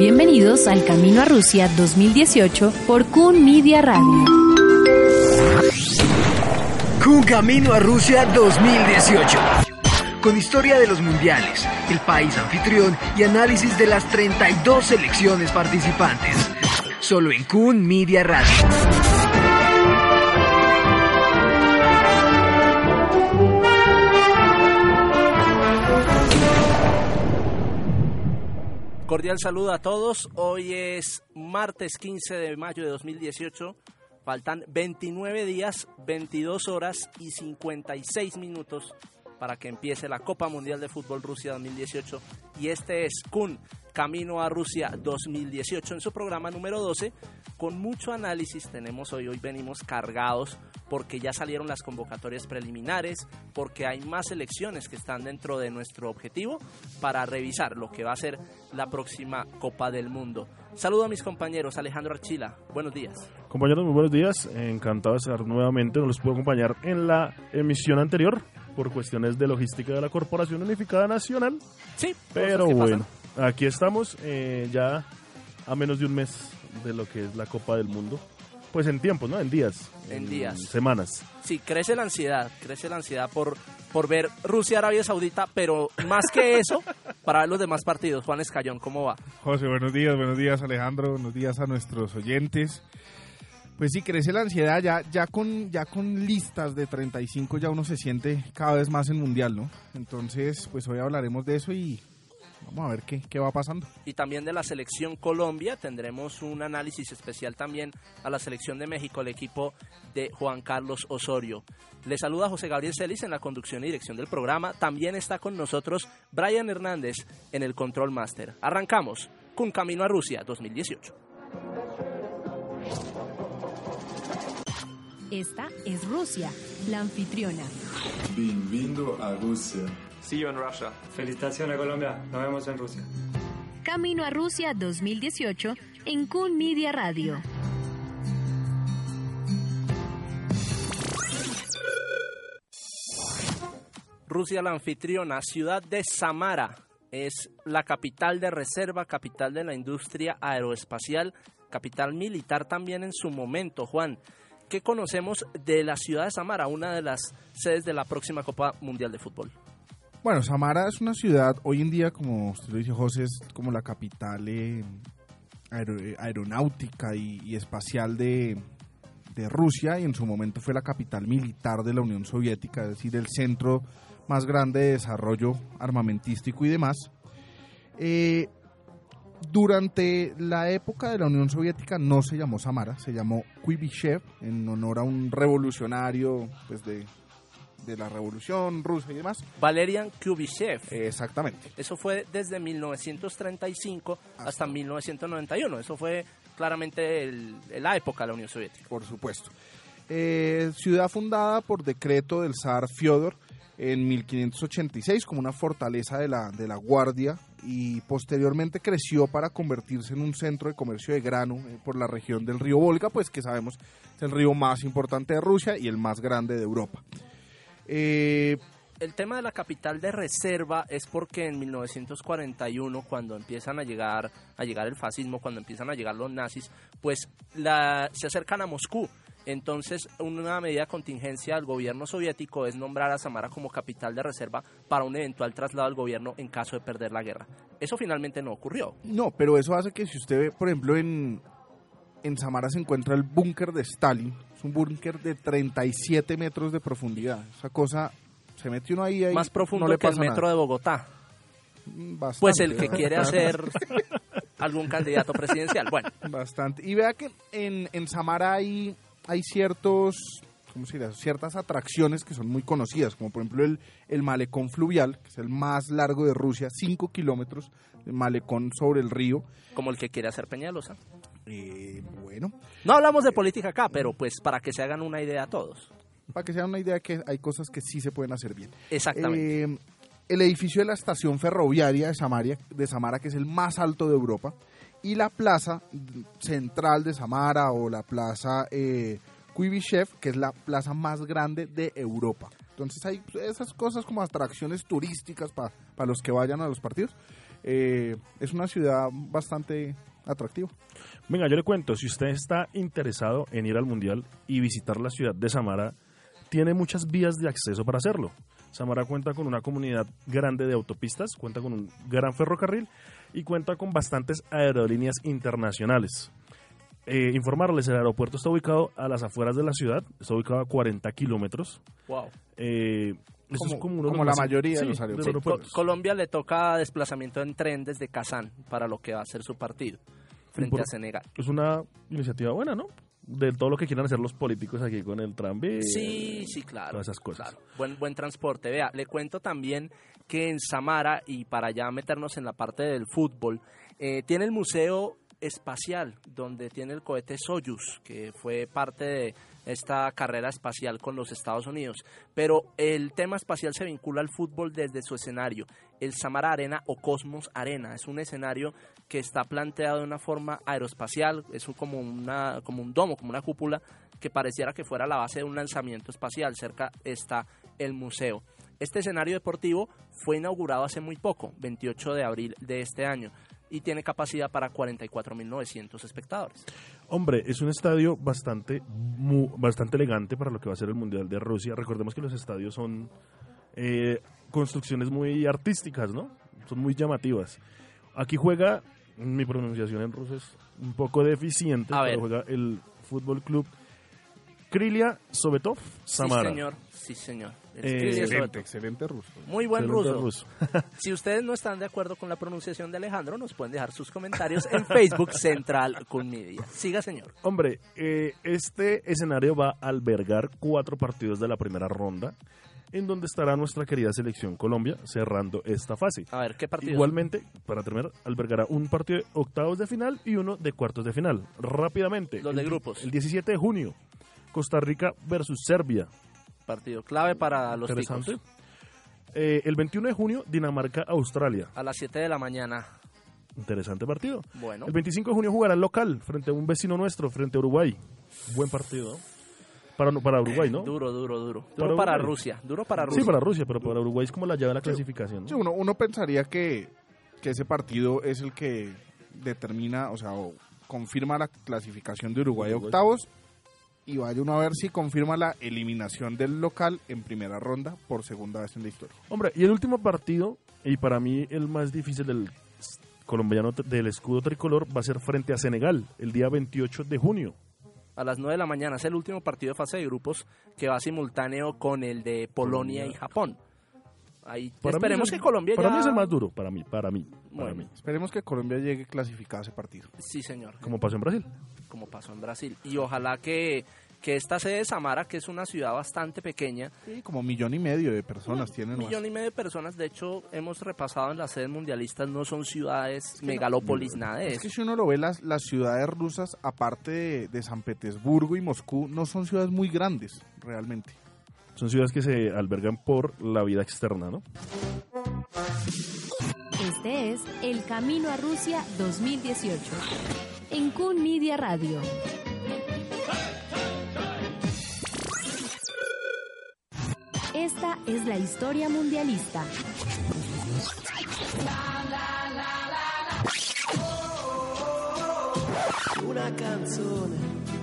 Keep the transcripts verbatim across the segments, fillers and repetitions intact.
Bienvenidos al Camino a Rusia dos mil dieciocho por Kun Media Radio. Kun Camino a Rusia dos mil dieciocho. Con historia de los mundiales, el país anfitrión y análisis de las treinta y dos selecciones participantes. Solo en Kun Media Radio. Cordial saludo a todos. Hoy es martes quince de mayo de dos mil dieciocho. Faltan veintinueve días, veintidós horas y cincuenta y seis minutos para que empiece la Copa Mundial de Fútbol Rusia dos mil dieciocho. Y este es Kun Camino a Rusia dos mil dieciocho en su programa número doce. Con mucho análisis tenemos hoy, hoy venimos cargados porque ya salieron las convocatorias preliminares, porque hay más selecciones que están dentro de nuestro objetivo para revisar lo que va a ser la próxima Copa del Mundo. Saludo a mis compañeros. Alejandro Archila, buenos días. Compañeros, muy buenos días, encantado de estar nuevamente, no los puedo acompañar en la emisión anterior por cuestiones de logística de la Corporación Unificada Nacional. Sí, pero bueno, aquí estamos eh, ya a menos de un mes de lo que es la Copa del Mundo. Pues en tiempos, ¿no? En días. En, en días. Semanas. Sí, crece la ansiedad, crece la ansiedad por, por ver Rusia-Arabia Saudita, pero más que eso, para ver los demás partidos. Juan Escayón, ¿cómo va? José, buenos días, buenos días Alejandro, buenos días a nuestros oyentes. Pues sí, crece la ansiedad, ya, ya, con, ya con listas de treinta y cinco ya uno se siente cada vez más en Mundial, ¿no? Entonces, pues hoy hablaremos de eso y vamos a ver qué, qué va pasando. Y también de la selección Colombia, tendremos un análisis especial también a la selección de México, el equipo de Juan Carlos Osorio. Les saluda José Gabriel Celis en la conducción y dirección del programa. También está con nosotros Brian Hernández en el Control Master. Arrancamos con Camino a Rusia dos mil dieciocho. Esta es Rusia, la anfitriona. Bienvenido a Rusia. See you in Russia. Felicitaciones Colombia, nos vemos en Rusia. Camino a Rusia dos mil dieciocho en Kun Media Radio. Rusia, la anfitriona, ciudad de Samara, es la capital de reserva, capital de la industria aeroespacial, capital militar también en su momento. Juan, ¿qué conocemos de la ciudad de Samara, una de las sedes de la próxima Copa Mundial de Fútbol? Bueno, Samara es una ciudad, hoy en día, como usted lo dice, José, es como la capital eh, aer, aeronáutica y, y espacial de, de Rusia, y en su momento fue la capital militar de la Unión Soviética, es decir, el centro más grande de desarrollo armamentístico y demás. Eh, durante la época de la Unión Soviética no se llamó Samara, se llamó Kuibyshev, en honor a un revolucionario pues de... de la revolución rusa y demás. Valerian Kuibyshev. Exactamente. Eso fue desde mil novecientos treinta y cinco hasta, hasta mil novecientos noventa y uno. Eso fue claramente el, la época de la Unión Soviética. Por supuesto. Eh, ciudad fundada por decreto del zar Fiódor en mil quinientos ochenta y seis como una fortaleza de la, de la Guardia, y posteriormente creció para convertirse en un centro de comercio de grano eh, por la región del río Volga, pues que sabemos es el río más importante de Rusia y el más grande de Europa. Eh, el tema de la capital de reserva es porque en mil novecientos cuarenta y uno, cuando empiezan a llegar a llegar el fascismo, cuando empiezan a llegar los nazis, pues la, se acercan a Moscú. Entonces, una medida de contingencia del gobierno soviético es nombrar a Samara como capital de reserva para un eventual traslado al gobierno en caso de perder la guerra. Eso finalmente no ocurrió. No, pero eso hace que si usted ve, por ejemplo, en, en Samara se encuentra el búnker de Stalin. Es un búnker de treinta y siete metros de profundidad. Esa cosa, se mete uno ahí, ahí más profundo no le que pasa el metro nada. De Bogotá. Bastante, pues el que ¿verdad? quiere hacer algún candidato presidencial. Bueno, bastante. Y vea que en, en Samara hay, hay ciertos, ¿cómo se diría? Ciertas atracciones que son muy conocidas, como por ejemplo el, el malecón fluvial, que es el más largo de Rusia, cinco kilómetros, el malecón sobre el río. Como el que quiere hacer Peñalosa. Eh, bueno. No hablamos de política acá, pero pues para que se hagan una idea a todos. Para que se hagan una idea que hay cosas que sí se pueden hacer bien. Exactamente. Eh, el edificio de la estación ferroviaria de Samara, de Samara, que es el más alto de Europa, y la plaza central de Samara o la plaza eh, Kuibyshev, que es la plaza más grande de Europa. Entonces hay esas cosas como atracciones turísticas para pa los que vayan a los partidos. Eh, es una ciudad bastante atractiva. Venga, yo le cuento, si usted está interesado en ir al Mundial y visitar la ciudad de Samara, tiene muchas vías de acceso para hacerlo. Samara cuenta con una comunidad grande de autopistas, cuenta con un gran ferrocarril y cuenta con bastantes aerolíneas internacionales. Eh, informarles, el aeropuerto está ubicado a las afueras de la ciudad, está ubicado a cuarenta kilómetros. Wow. Eh, eso como es como, uno como de la más, mayoría sí, de los aeropuertos. Sí, Co- aeropuertos. Colombia le toca desplazamiento en tren desde Kazán para lo que va a ser su partido frente Por- a Senegal. Es una iniciativa buena, ¿no? De todo lo que quieran hacer los políticos aquí con el tranvía. Sí, sí, claro. Todas esas cosas. Claro. Buen, buen transporte. Vea, le cuento también que en Samara, y para ya meternos en la parte del fútbol, eh, tiene el Museo Espacial, donde tiene el cohete Soyuz, que fue parte de esta carrera espacial con los Estados Unidos. Pero el tema espacial se vincula al fútbol desde su escenario, el Samara Arena o Cosmos Arena. Es un escenario que está planteado de una forma aeroespacial, es un- como, una, como un domo, como una cúpula, que pareciera que fuera la base de un lanzamiento espacial. Cerca está el museo. Este escenario deportivo fue inaugurado hace muy poco, veintiocho de abril de este año, y tiene capacidad para cuarenta y cuatro mil novecientos espectadores. Hombre, es un estadio bastante mu- bastante elegante para lo que va a ser el Mundial de Rusia. Recordemos que los estadios son eh, construcciones muy artísticas, ¿no? Son muy llamativas. Aquí juega, mi pronunciación en ruso es un poco deficiente, A pero ver. juega el Fútbol Club Krylia Sovetov Samara. Sí, señor. Sí, señor. El Eh, Skrill Excelente, Sovetov. excelente ruso. Muy buen Excelente ruso. Si ustedes no están de acuerdo con la pronunciación de Alejandro, nos pueden dejar sus comentarios en Facebook Central con Media. Siga, señor. Hombre, eh, este escenario va a albergar cuatro partidos de la primera ronda, en donde estará nuestra querida selección Colombia cerrando esta fase. A ver, ¿qué partido? Igualmente, para terminar, albergará un partido de octavos de final y uno de cuartos de final. Rápidamente. Los de el- grupos. El diecisiete de junio, Costa Rica versus Serbia. Partido clave para los Interesante. ticos. Eh, el veintiuno de junio, Dinamarca-Australia. A las siete de la mañana. Interesante partido. Bueno, El veinticinco de junio jugará el local frente a un vecino nuestro, frente a Uruguay. Buen partido, ¿no? Para, para Uruguay, ¿no? duro, duro, duro. Para Duro para Uruguay. Rusia. Duro para Rusia. Sí, para Rusia, pero para Uruguay es como la llave de la clasificación, ¿no? Sí, uno, uno pensaría que, que ese partido es el que determina, o sea, o confirma la clasificación de Uruguay a Uruguay. octavos y vaya uno a ver si confirma la eliminación del local en primera ronda por segunda vez en la historia. Hombre, y el último partido, y para mí el más difícil del colombiano t- del escudo tricolor, va a ser frente a Senegal, el día veintiocho de junio. A las nueve de la mañana. Es el último partido de fase de grupos que va simultáneo con el de Polonia y Japón. Ahí Para mí esperemos es el- que Colombia Para ya... mí es el más duro, para mí, para mí, para Bueno. mí. Esperemos que Colombia llegue clasificada a ese partido. Sí, señor. Como pasó en Brasil. Como pasó en Brasil. Y ojalá que, que esta sede de Samara, que es una ciudad bastante pequeña, Sí, como millón y medio de personas tienen un más. millón y medio de personas, de hecho, hemos repasado en las sedes mundialistas, no son ciudades megalópolis, nada de Es eso. que si uno lo ve, las, las ciudades rusas, aparte de, de San Petersburgo y Moscú, no son ciudades muy grandes, realmente. Son ciudades que se albergan por la vida externa, ¿no? Este es El Camino a Rusia dos mil dieciocho en Kun Media Radio. Esta es la historia mundialista. Una canzone.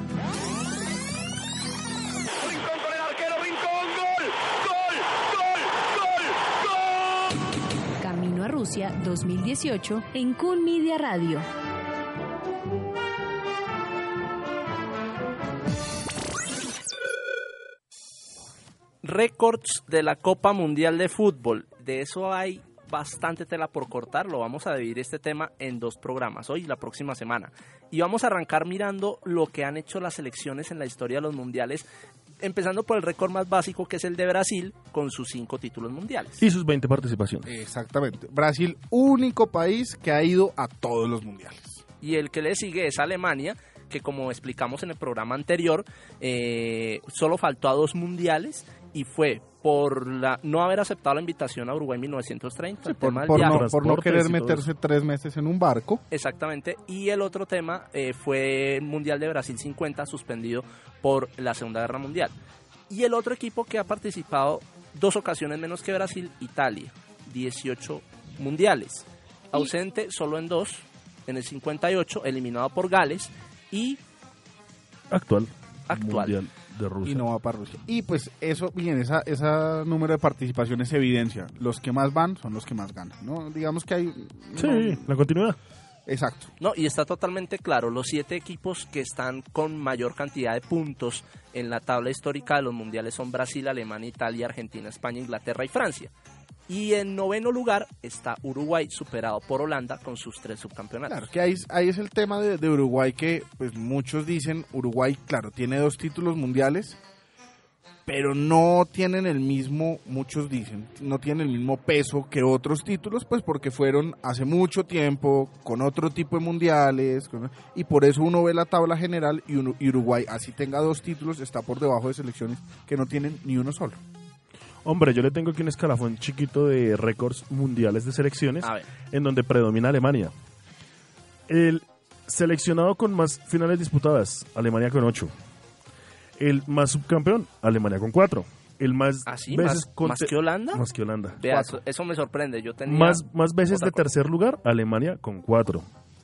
Camino a Rusia dos mil dieciocho en Kun Media Radio. Récords de la Copa Mundial de Fútbol. De eso hay bastante tela por cortar. Lo vamos a dividir este tema en dos programas, hoy y la próxima semana. Y vamos a arrancar mirando lo que han hecho las selecciones en la historia de los mundiales, empezando por el récord más básico, que es el de Brasil, con sus cinco títulos mundiales. Y sus veinte participaciones. Exactamente. Brasil, único país que ha ido a todos los mundiales. Y el que le sigue es Alemania, que como explicamos en el programa anterior, eh, solo faltó a dos mundiales y fue por la no haber aceptado la invitación a Uruguay en mil novecientos treinta, el Por, tema del por viaje. no, por no transportes querer y todo meterse tres meses en un barco. Exactamente, y el otro tema eh, fue el Mundial de Brasil cincuenta, suspendido por la Segunda Guerra Mundial. Y el otro equipo que ha participado dos ocasiones menos que Brasil. Italia, dieciocho mundiales. Ausente solo en dos, en el cincuenta y ocho, eliminado por Gales y... Actual. Actual. Mundial de Rusia. Y no va para Rusia. Y pues eso, bien, esa, esa número de participación es evidencia. Los que más van son los que más ganan, ¿no? Digamos que hay... Sí, no, la continuidad. exacto. No, y está totalmente claro, los siete equipos que están con mayor cantidad de puntos en la tabla histórica de los mundiales son Brasil, Alemania, Italia, Argentina, España, Inglaterra y Francia. Y en noveno lugar está Uruguay, superado por Holanda con sus tres subcampeonatos. Claro, que ahí, ahí es el tema de, de Uruguay, que pues muchos dicen, Uruguay, claro, tiene dos títulos mundiales, pero no tienen el mismo, muchos dicen, no tienen el mismo peso que otros títulos, pues porque fueron hace mucho tiempo, con otro tipo de mundiales, con, y por eso uno ve la tabla general y, uno, y Uruguay, así tenga dos títulos, está por debajo de selecciones que no tienen ni uno solo. Hombre, yo le tengo aquí un escalafón chiquito de récords mundiales de selecciones, A ver. en donde predomina Alemania. El seleccionado con más finales disputadas, Alemania con ocho. El más subcampeón, Alemania con cuatro. El más ¿Ah, sí? veces ¿Más- con más te- que Holanda? Más que Holanda. Vea, eso, eso me sorprende. Yo tenía Más, más veces otra de cosa. tercer lugar, Alemania con cuatro.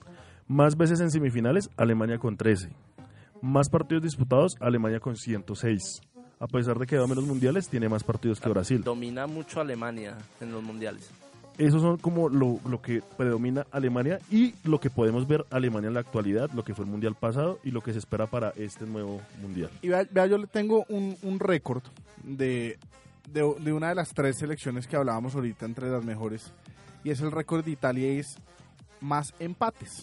Más veces en semifinales, Alemania con trece. Más partidos disputados, Alemania con ciento seis. A pesar de que da menos mundiales, tiene más partidos que Brasil. Domina mucho Alemania en los mundiales. Esos son como lo, lo que predomina Alemania y lo que podemos ver Alemania en la actualidad, lo que fue el mundial pasado y lo que se espera para este nuevo mundial. Y vea, vea, yo le tengo un, un récord de, de, de una de las tres selecciones que hablábamos ahorita entre las mejores, y es el récord de Italia, y es más empates,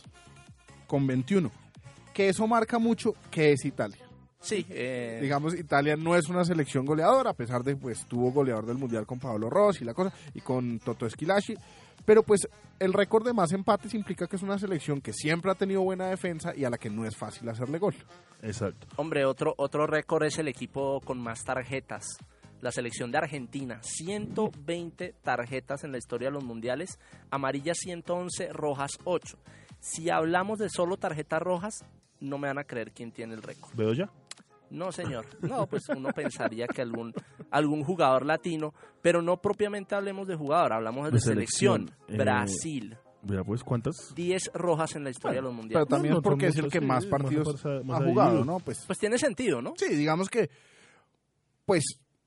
con veintiuno, que eso marca mucho que es Italia. Sí, eh, Digamos, Italia no es una selección goleadora, a pesar de pues tuvo goleador del mundial con Paolo Rossi y la cosa, y con Toto Schillaci, pero pues el récord de más empates implica que es una selección que siempre ha tenido buena defensa y a la que no es fácil hacerle gol. Exacto. hombre, otro, otro récord es el equipo con más tarjetas. La selección de Argentina, ciento veinte tarjetas en la historia de los mundiales, amarillas ciento once, rojas ocho. Si hablamos de solo tarjetas rojas, no me van a creer quién tiene el récord. ¿Veo ya? No, señor. No, pues uno pensaría que algún algún jugador latino, pero no propiamente hablemos de jugador, hablamos de, De selección. selección. Eh, Brasil, Vea pues, ¿cuántas? diez rojas en la historia de los Pero mundiales. también No, es no, porque son es el muchos, que sí, más más partidos ha- más ha ha jugado, ido. ¿no? Pues Pues tiene sentido, ¿no? sí, digamos que pues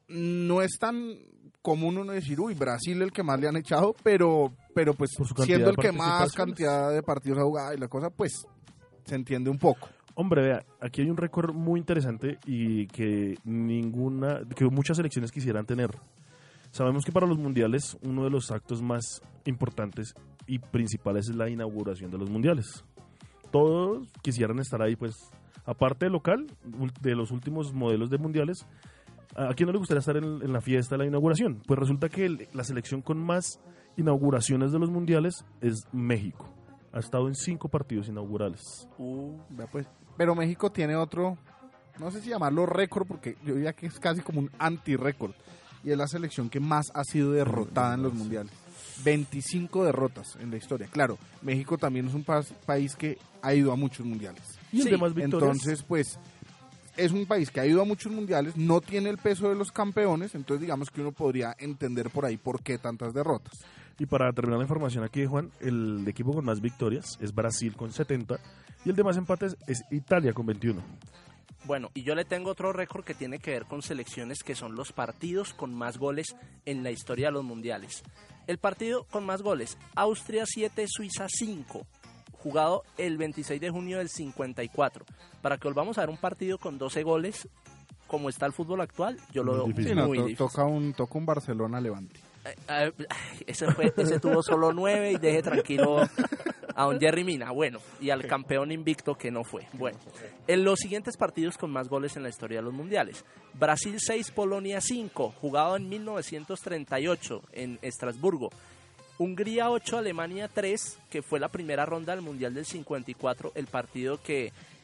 no es tan común uno decir, uy, Brasil el que más le han echado, pero pero pues Por su cantidad siendo de el que más participaciones. cantidad de partidos ha jugado y la cosa, pues se entiende un poco. Hombre, vea, aquí hay un récord muy interesante y que ninguna, que muchas selecciones quisieran tener. Sabemos que para los mundiales uno de los actos más importantes y principales es la inauguración de los mundiales. Todos quisieran estar ahí, pues, aparte de local, ul- de los últimos modelos de mundiales, ¿a quién no le gustaría estar en, en la fiesta de la inauguración? Pues resulta que el- la selección con más inauguraciones de los mundiales es México. Ha estado en cinco partidos inaugurales. Uh, Vea, pues. Pero México tiene otro, no sé si llamarlo récord, porque yo diría que es casi como un anti-récord, y es la selección que más ha sido derrotada en los mundiales. veinticinco derrotas en la historia. Claro, México también es un pa- país que ha ido a muchos mundiales. Y el Sí, de más victorias. Entonces, pues, es un país que ha ido a muchos mundiales, no tiene el peso de los campeones, entonces digamos que uno podría entender por ahí por qué tantas derrotas. Y para terminar la información aquí de Juan, el equipo con más victorias es Brasil con setenta y el de más empates es Italia con veintiuno. Bueno, y yo le tengo otro récord que tiene que ver con selecciones, que son los partidos con más goles en la historia de los mundiales. El partido con más goles, Austria siete, Suiza cinco, jugado el veintiséis de junio del cincuenta y cuatro. Para que volvamos a ver un partido con doce goles, como está el fútbol actual, yo lo Muy veo difícil. Sí, no, muy to- difícil. toca un toca un Barcelona Levante. Eh, eh, ese, fue, ese tuvo solo nueve y deje tranquilo a un Jerry Mina. Bueno, y al campeón invicto que no fue. Bueno, en los siguientes partidos con más goles en la historia de los mundiales: Brasil seis, Polonia cinco, jugado en mil novecientos treinta y ocho en Estrasburgo. Hungría ocho, Alemania tres, que fue la primera ronda del mundial del cincuenta y cuatro, el partido que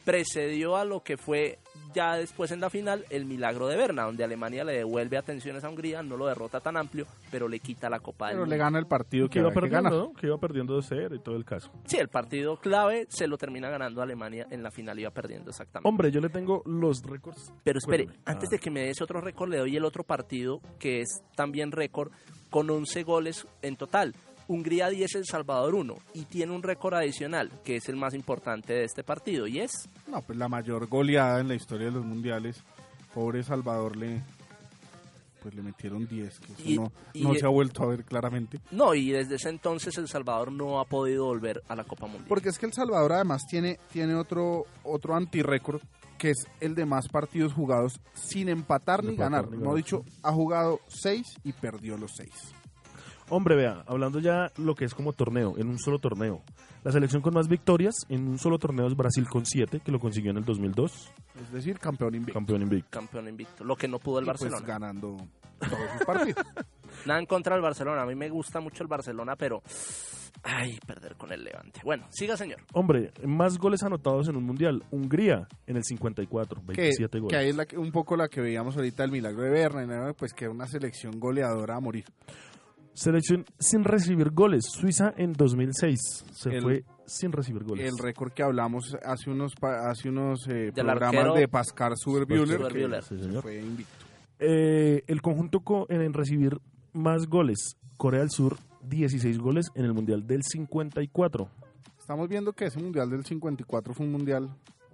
precedió a lo que fue ya después en la final el milagro de Berna, donde Alemania le devuelve atenciones a Hungría, no lo derrota tan amplio, pero le quita la Copa del Pero Mundo. le gana el partido Que que, iba había que perdiendo, ganar. ¿no? Que iba perdiendo dos cero y todo el caso. Sí, el partido clave se lo termina ganando Alemania, en la final iba perdiendo exactamente. Hombre, yo le tengo los récords. Pero espere, Cuéntame. antes Ah. de que me dé ese otro récord, le doy el otro partido, que es también récord, con once goles en total. Hungría diez, El Salvador uno, y tiene un récord adicional, que es el más importante de este partido, y es... No, pues la mayor goleada en la historia de los mundiales. Pobre Salvador le pues le metieron diez, que eso Y- no, y- no se ha vuelto a ver claramente. No, y desde ese entonces El Salvador no ha podido volver a la Copa Mundial. Porque es que El Salvador además tiene, tiene otro, otro antirrécord, que es el de más partidos jugados sin empatar Sin ni empatar ganar. ni No ganar. dicho, ha jugado seis y perdió los seis. Hombre, vea, hablando ya lo que es como torneo, en un solo torneo. La selección con más victorias en un solo torneo es Brasil con siete, que lo consiguió en el dos mil dos, Es decir, campeón invicto. campeón invicto. Campeón invicto, lo que no pudo el Y, pues, Barcelona. ganando todos sus partidos. Nada en contra del Barcelona, a mí me gusta mucho el Barcelona, pero... Ay, perder con el Levante. Bueno, siga, señor. Hombre, más goles anotados en un mundial. Hungría en el cincuenta y cuatro, que, veintisiete que goles. ahí es la que- un poco la que veíamos ahorita el milagro de Berna, ¿no? Pues que era una selección goleadora a morir. Selección sin recibir goles. Suiza en dos mil seis se El- fue sin recibir goles. El récord que hablamos hace unos pa- hace unos eh, Del programas arquero de Pascal Suberbühler, Suberbühler. que Sí, señor. fue invicto. Eh, el conjunto co- en, en recibir más goles. Corea del Sur, dieciséis goles en el mundial del cincuenta y cuatro. Estamos viendo que ese mundial del cincuenta y cuatro fue un mundial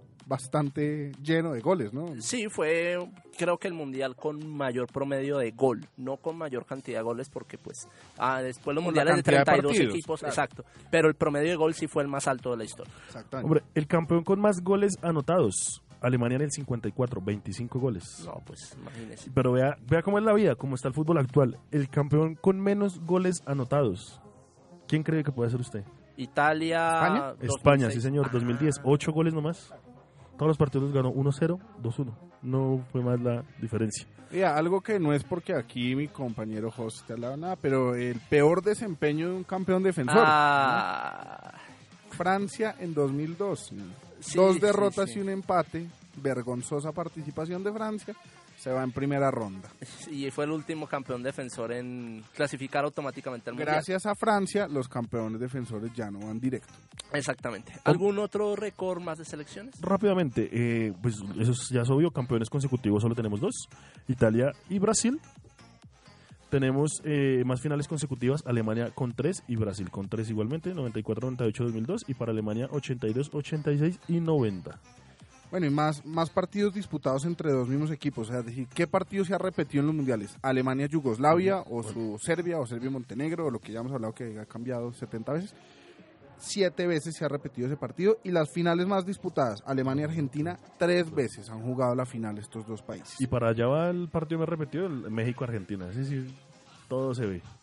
bastante lleno de goles, ¿no? Sí, fue creo que el mundial con mayor promedio de gol, no con mayor cantidad de goles porque pues ah, después los Por la mundiales de cantidad de treinta y dos partidos, equipos, claro. exacto, pero el promedio de gol sí fue el más alto de la historia. Exactamente. Hombre, el campeón con más goles anotados. Alemania en el cincuenta y cuatro, veinticinco goles. No, pues imagínese. Pero vea, vea cómo es la vida, cómo está el fútbol actual. El campeón con menos goles anotados. ¿Quién cree que puede ser usted? Italia, ¿España? dos mil España, seis. sí señor, dos mil diez, ocho goles nomás. Todos los partidos los ganó uno cero, dos uno. No fue más la diferencia. Mira, algo que no es porque aquí mi compañero José te hablaba nada, pero el peor desempeño de un campeón defensor. Ah, ¿no? Francia en dos mil dos. sí, Dos sí, derrotas sí. y un empate. Vergonzosa participación de Francia. Se va en primera ronda. Y fue el último campeón defensor en clasificar automáticamente al mundial. Gracias a Francia, los campeones defensores ya no van directo. Exactamente. ¿Algún otro récord más de selecciones? Rápidamente, eh, pues eso es- ya es obvio, campeones consecutivos solo tenemos dos, Italia y Brasil. Tenemos eh, más finales consecutivas, Alemania con tres y Brasil con tres igualmente, noventa y cuatro, noventa y ocho, dos mil dos, y para Alemania ochenta y dos, ochenta y seis y noventa. Bueno, y más, más partidos disputados entre dos mismos equipos. O sea, es decir, ¿qué partido se ha repetido en los mundiales? ¿Alemania-Yugoslavia o su Serbia o Serbia-Montenegro o lo que ya hemos hablado que ha cambiado setenta veces? Siete veces se ha repetido ese partido. Y las finales más disputadas, Alemania-Argentina, tres veces han jugado la final estos dos países. Y para allá va el partido más repetido, el México-Argentina. Sí, sí, todo se ve.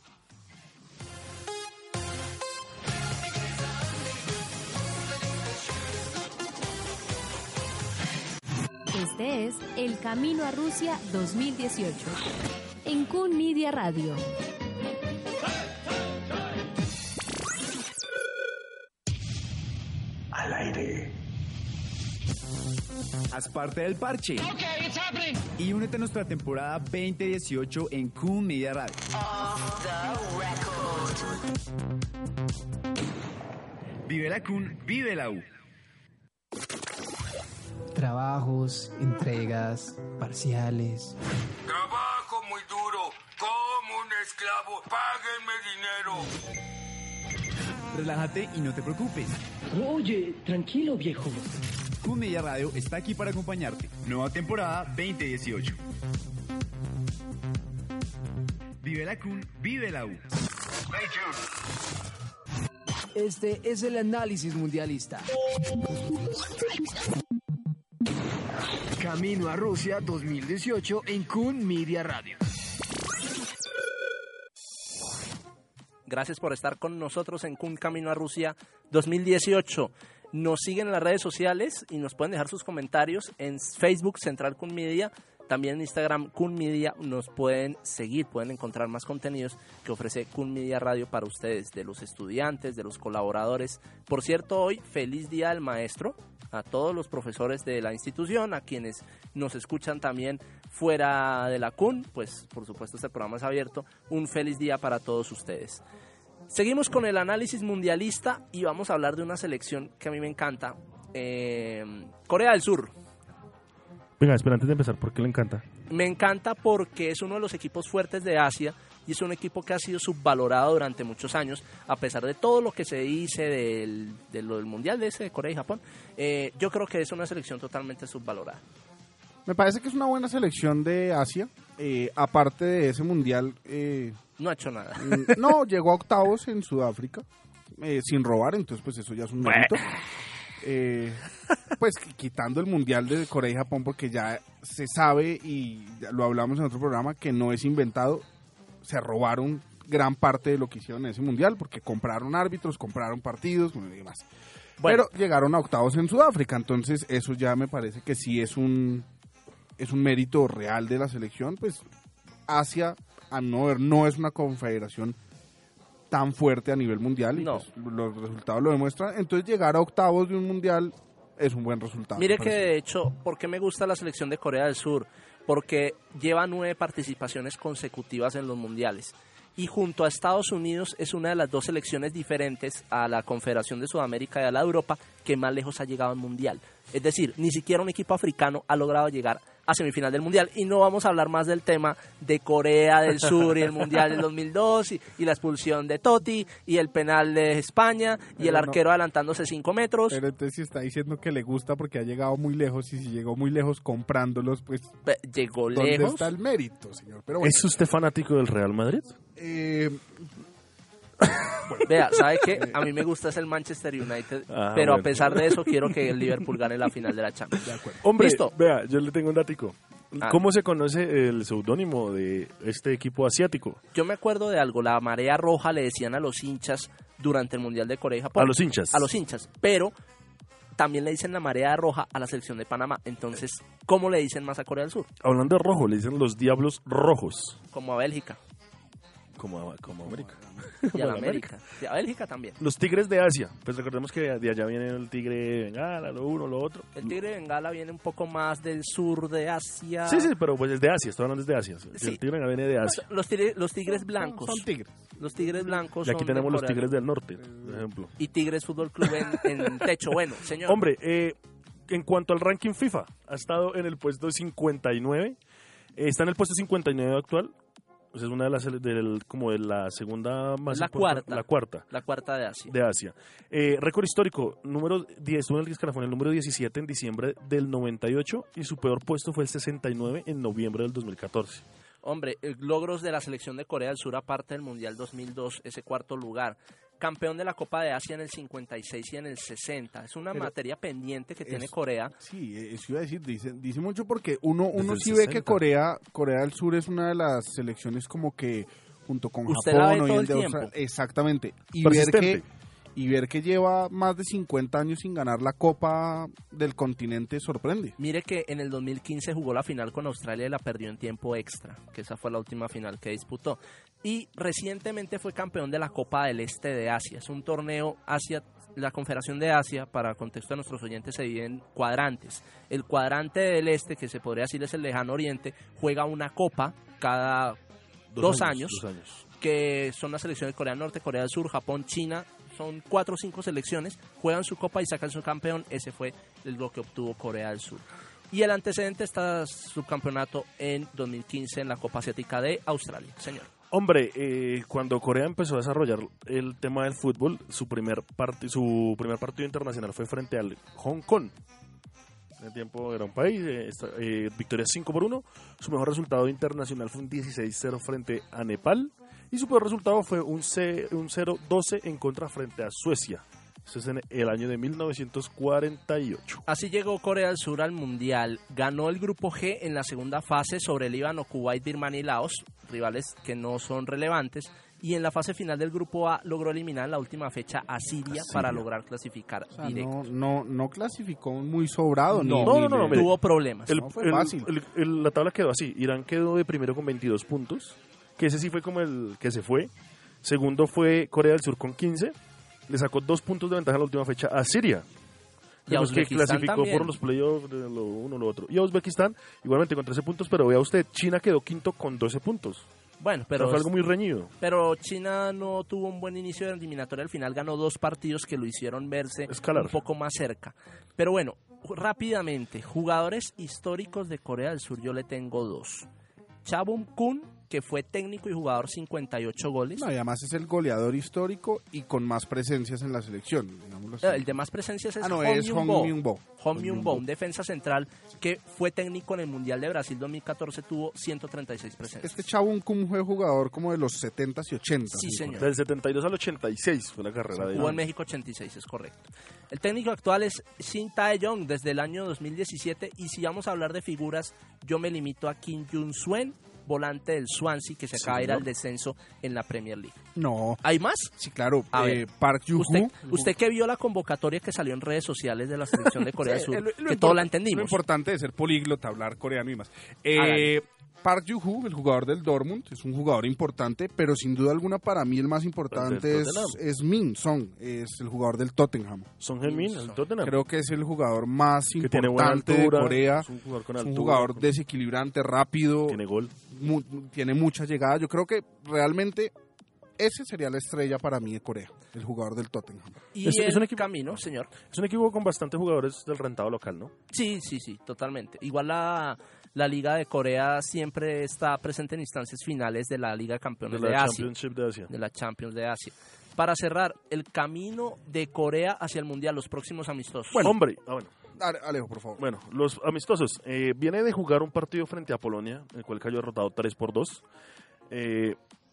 Este es El Camino a Rusia dos mil dieciocho en Kun Media Radio. Al aire. Haz parte del parche. Y únete a nuestra temporada veinte dieciocho en Kun Media Radio. Vive la Kun, vive la U. Trabajos, entregas, parciales. Trabajo muy duro, como un esclavo, páguenme dinero. Relájate y no te preocupes. Oye, tranquilo, viejo. Kun Media Radio está aquí para acompañarte. Nueva temporada veinte dieciocho. Vive la Kun, vive la U. Este es el análisis mundialista. Camino a Rusia dos mil dieciocho en Kun Media Radio. Gracias por estar con nosotros en Kun Camino a Rusia dos mil dieciocho. Nos siguen en las redes sociales y nos pueden dejar sus comentarios en Facebook Central Kun Media También en Instagram, Kun Media, nos pueden seguir, pueden encontrar más contenidos que ofrece Kun Media Radio para ustedes, de los estudiantes, de los colaboradores. Por cierto, hoy, feliz Día del Maestro a todos los profesores de la institución, a quienes nos escuchan también fuera de la Kun, pues por supuesto este programa es abierto. Un feliz día para todos ustedes. Seguimos con el análisis mundialista y vamos a hablar de una selección que a mí me encanta, eh, Corea del Sur. Venga, espera, antes de empezar, ¿por qué le encanta? Me encanta porque es uno de los equipos fuertes de Asia y es un equipo que ha sido subvalorado durante muchos años, a pesar de todo lo que se dice del, de lo del Mundial de ese de Corea y Japón. Eh, yo creo que es una selección totalmente subvalorada. Me parece que es una buena selección de Asia. Eh, aparte de ese Mundial... Eh, no ha hecho nada. No, llegó a octavos en Sudáfrica, eh, sin robar, entonces pues eso ya es un mérito. Eh, pues quitando el Mundial de Corea y Japón, porque ya se sabe, y ya lo hablamos en otro programa, que no es inventado, se robaron gran parte de lo que hicieron en ese Mundial, porque compraron árbitros, compraron partidos y demás. Bueno. Pero llegaron a octavos en Sudáfrica, entonces eso ya me parece que sí es un, es un mérito real de la selección. Pues Asia, a no ver, no es una confederación tan fuerte a nivel mundial y no. Pues los resultados lo demuestran. Entonces llegar a octavos de un mundial es un buen resultado. Mire que de hecho, ¿por qué me gusta la selección de Corea del Sur? Porque lleva nueve participaciones consecutivas en los mundiales y junto a Estados Unidos es una de las dos selecciones diferentes a la Confederación de Sudamérica y a la de Europa que más lejos ha llegado al mundial. Es decir, ni siquiera un equipo africano ha logrado llegar a semifinal del mundial. Y no vamos a hablar más del tema de Corea del Sur y el mundial del dos mil dos y, y la expulsión de Totti y el penal de España y pero el arquero no, adelantándose cinco metros. Pero entonces si está diciendo que le gusta porque ha llegado muy lejos, y si llegó muy lejos comprándolos, pues llegó ¿dónde lejos? está el mérito, señor? Pero bueno. ¿Es usted fanático del Real Madrid? Eh... Bueno, vea, ¿sabe qué? A mí me gusta es el Manchester United, ah, pero bueno. a pesar de eso quiero que el Liverpool gane la final de la Champions. De acuerdo. Hombre, ¿listo? Vea, yo le tengo un dático. Ah. ¿Cómo se conoce el seudónimo de este equipo asiático? Yo me acuerdo de algo, la marea roja le decían a los hinchas durante el Mundial de Corea y Japón. A los hinchas. A los hinchas, pero también le dicen la marea roja a la selección de Panamá. Entonces, ¿cómo le dicen más a Corea del Sur? Hablando de rojo, le dicen los Diablos Rojos. Como a Bélgica. Como a, como a América. Y a la América. Y a Bélgica también. Los Tigres de Asia. Pues recordemos que de allá viene el tigre de Bengala, lo uno, lo otro. El tigre de Bengala viene un poco más del sur de Asia. Sí, sí, pero pues es de Asia, estoy hablando de Asia. Sí. El tigre de Bengala viene de Asia. Los tigres, los tigres blancos. Son tigres. Los tigres blancos Y aquí son tenemos de los tigres del norte, por ejemplo. Y Tigres Fútbol Club en, en techo. Bueno, señor. Hombre, eh, en cuanto al ranking FIFA, ha estado en el puesto cincuenta y nueve. Eh, está en el puesto cincuenta y nueve actual. Pues es una de las del, como de la segunda más la importante, cuarta, la cuarta la cuarta de Asia de Asia eh, récord histórico, número diez, estuvo en el escalafón el número diecisiete en diciembre del noventa y ocho y su peor puesto fue el sesenta y nueve en noviembre del dos mil catorce. Hombre, logros de la selección de Corea del Sur aparte del Mundial dos mil dos, ese cuarto lugar, campeón de la Copa de Asia en el cincuenta y seis y en el sesenta. Es una Pero materia pendiente que es, tiene Corea. Sí, eso iba a decir, dice, dice mucho porque uno, uno sí sesenta. ve que Corea, Corea del Sur es una de las selecciones como que junto con Usted la ve Japón todo o el de tiempo. Australia, exactamente, y ver Persistente. que y ver que lleva más de cincuenta años sin ganar la Copa del continente sorprende. Mire que en el dos mil quince jugó la final con Australia y la perdió en tiempo extra, que esa fue la última final que disputó. Y recientemente fue campeón de la Copa del Este de Asia. Es un torneo Asia, la Confederación de Asia, para el contexto de nuestros oyentes, se divide en cuadrantes. El cuadrante del Este, que se podría decir es el lejano oriente, juega una copa cada dos, dos años, años, dos años, que son las selecciones de Corea del Norte, Corea del Sur, Japón, China. Son cuatro o cinco selecciones, juegan su copa y sacan su campeón. Ese fue lo que obtuvo Corea del Sur. Y el antecedente está subcampeonato en dos mil quince en la Copa Asiática de Australia. Señor. Hombre, eh, cuando Corea empezó a desarrollar el tema del fútbol, su primer, part- su primer partido internacional fue frente al Hong Kong. En el tiempo era un país, eh, esta, eh, victoria cinco por uno. Su mejor resultado internacional fue un dieciséis cero frente a Nepal. Y su peor resultado fue un, C, un cero doce en contra frente a Suecia. Esto es en el año de mil novecientos cuarenta y ocho. Así llegó Corea del Sur al Mundial. Ganó el grupo G en la segunda fase sobre el Líbano, Kuwait, Birmania y Laos, rivales que no son relevantes. Y en la fase final del grupo A logró eliminar en la última fecha a Siria, Siria. para lograr clasificar O sea, directo. no, no, no clasificó muy sobrado. No, ni, no, ni no, no, le- mire, Tuvo problemas. El- No fue el- fácil. el- el- la tabla quedó así. Irán quedó de primero con veintidós puntos, que ese sí fue como el que se fue. Segundo fue Corea del Sur con quince. Le sacó dos puntos de ventaja en la última fecha a Siria. Y a Digamos que Uzbekistán clasificó también. por los playoffs, de lo uno lo otro. Y a Uzbekistán igualmente con trece puntos, pero vea usted, China quedó quinto con doce puntos. Bueno, Pero pero, fue algo muy reñido. pero China no tuvo un buen inicio de eliminatoria. Al final ganó dos partidos que lo hicieron verse Escalar. un poco más cerca. Pero bueno, rápidamente, jugadores históricos de Corea del Sur yo le tengo dos. Cha Bum-kun, que fue técnico y jugador, cincuenta y ocho goles. No, y además es el goleador histórico y con más presencias en la selección. digámoslo así. Eh, El de más presencias es Ah, no, Hong es Myung-bo. Hong Myung-bo. Hong Hong Myung-bo, Myung-bo. un defensa central que fue técnico en el Mundial de Brasil dos mil catorce, tuvo ciento treinta y seis presencias. Este Chabun Kum fue jugador como de los setentas y ochentas. Sí, señor. Del setenta y dos al ochenta y seis fue la carrera de Jugó en él. México ochenta y seis, es correcto. El técnico actual es Shin Tae-yong desde el año dos mil diecisiete, y si vamos a hablar de figuras, yo me limito a Kim Jun-suen, volante del Swansea, que se Sí, acaba de ir señor. al descenso en la Premier League. No. ¿Hay más? Sí, claro. A eh, ver, Park Yu-hoo. Usted, usted que vio la convocatoria que salió en redes sociales de la selección de Corea del Sí, Sur, eh, lo- lo que import- todos la Lo entendimos. importante de ser políglota, hablar coreano y más. Hágale. Eh, Park Yu-hoo, el jugador del Dortmund, es un jugador importante, pero sin duda alguna para mí el más importante del es, Tottenham. es Min Song, es el jugador del Tottenham. Son Heung-min, el Tottenham. Creo que es el jugador más Que tiene buena importante altura, de Corea. es un jugador con Es un altura, jugador con- desequilibrante, rápido, Tiene gol. mu- tiene mucha llegada. Yo creo que realmente ese sería la estrella para mí de Corea, el jugador del Tottenham. Y Es- el es un equipo- camino, señor. Es un equipo con bastantes jugadores del rentado local, ¿no? Sí, sí, sí, totalmente. Igual la, la Liga de Corea siempre está presente en instancias finales de la Liga de Campeones De de, la Asia. Championship de Asia. De la Champions de Asia. Para cerrar, el camino de Corea hacia el Mundial, los próximos amistosos. Bueno, hombre, ah, bueno. Ale- Alejo, por favor. Bueno, los amistosos. Eh, viene de jugar un partido frente a Polonia, el cual cayó derrotado tres por dos. Eh,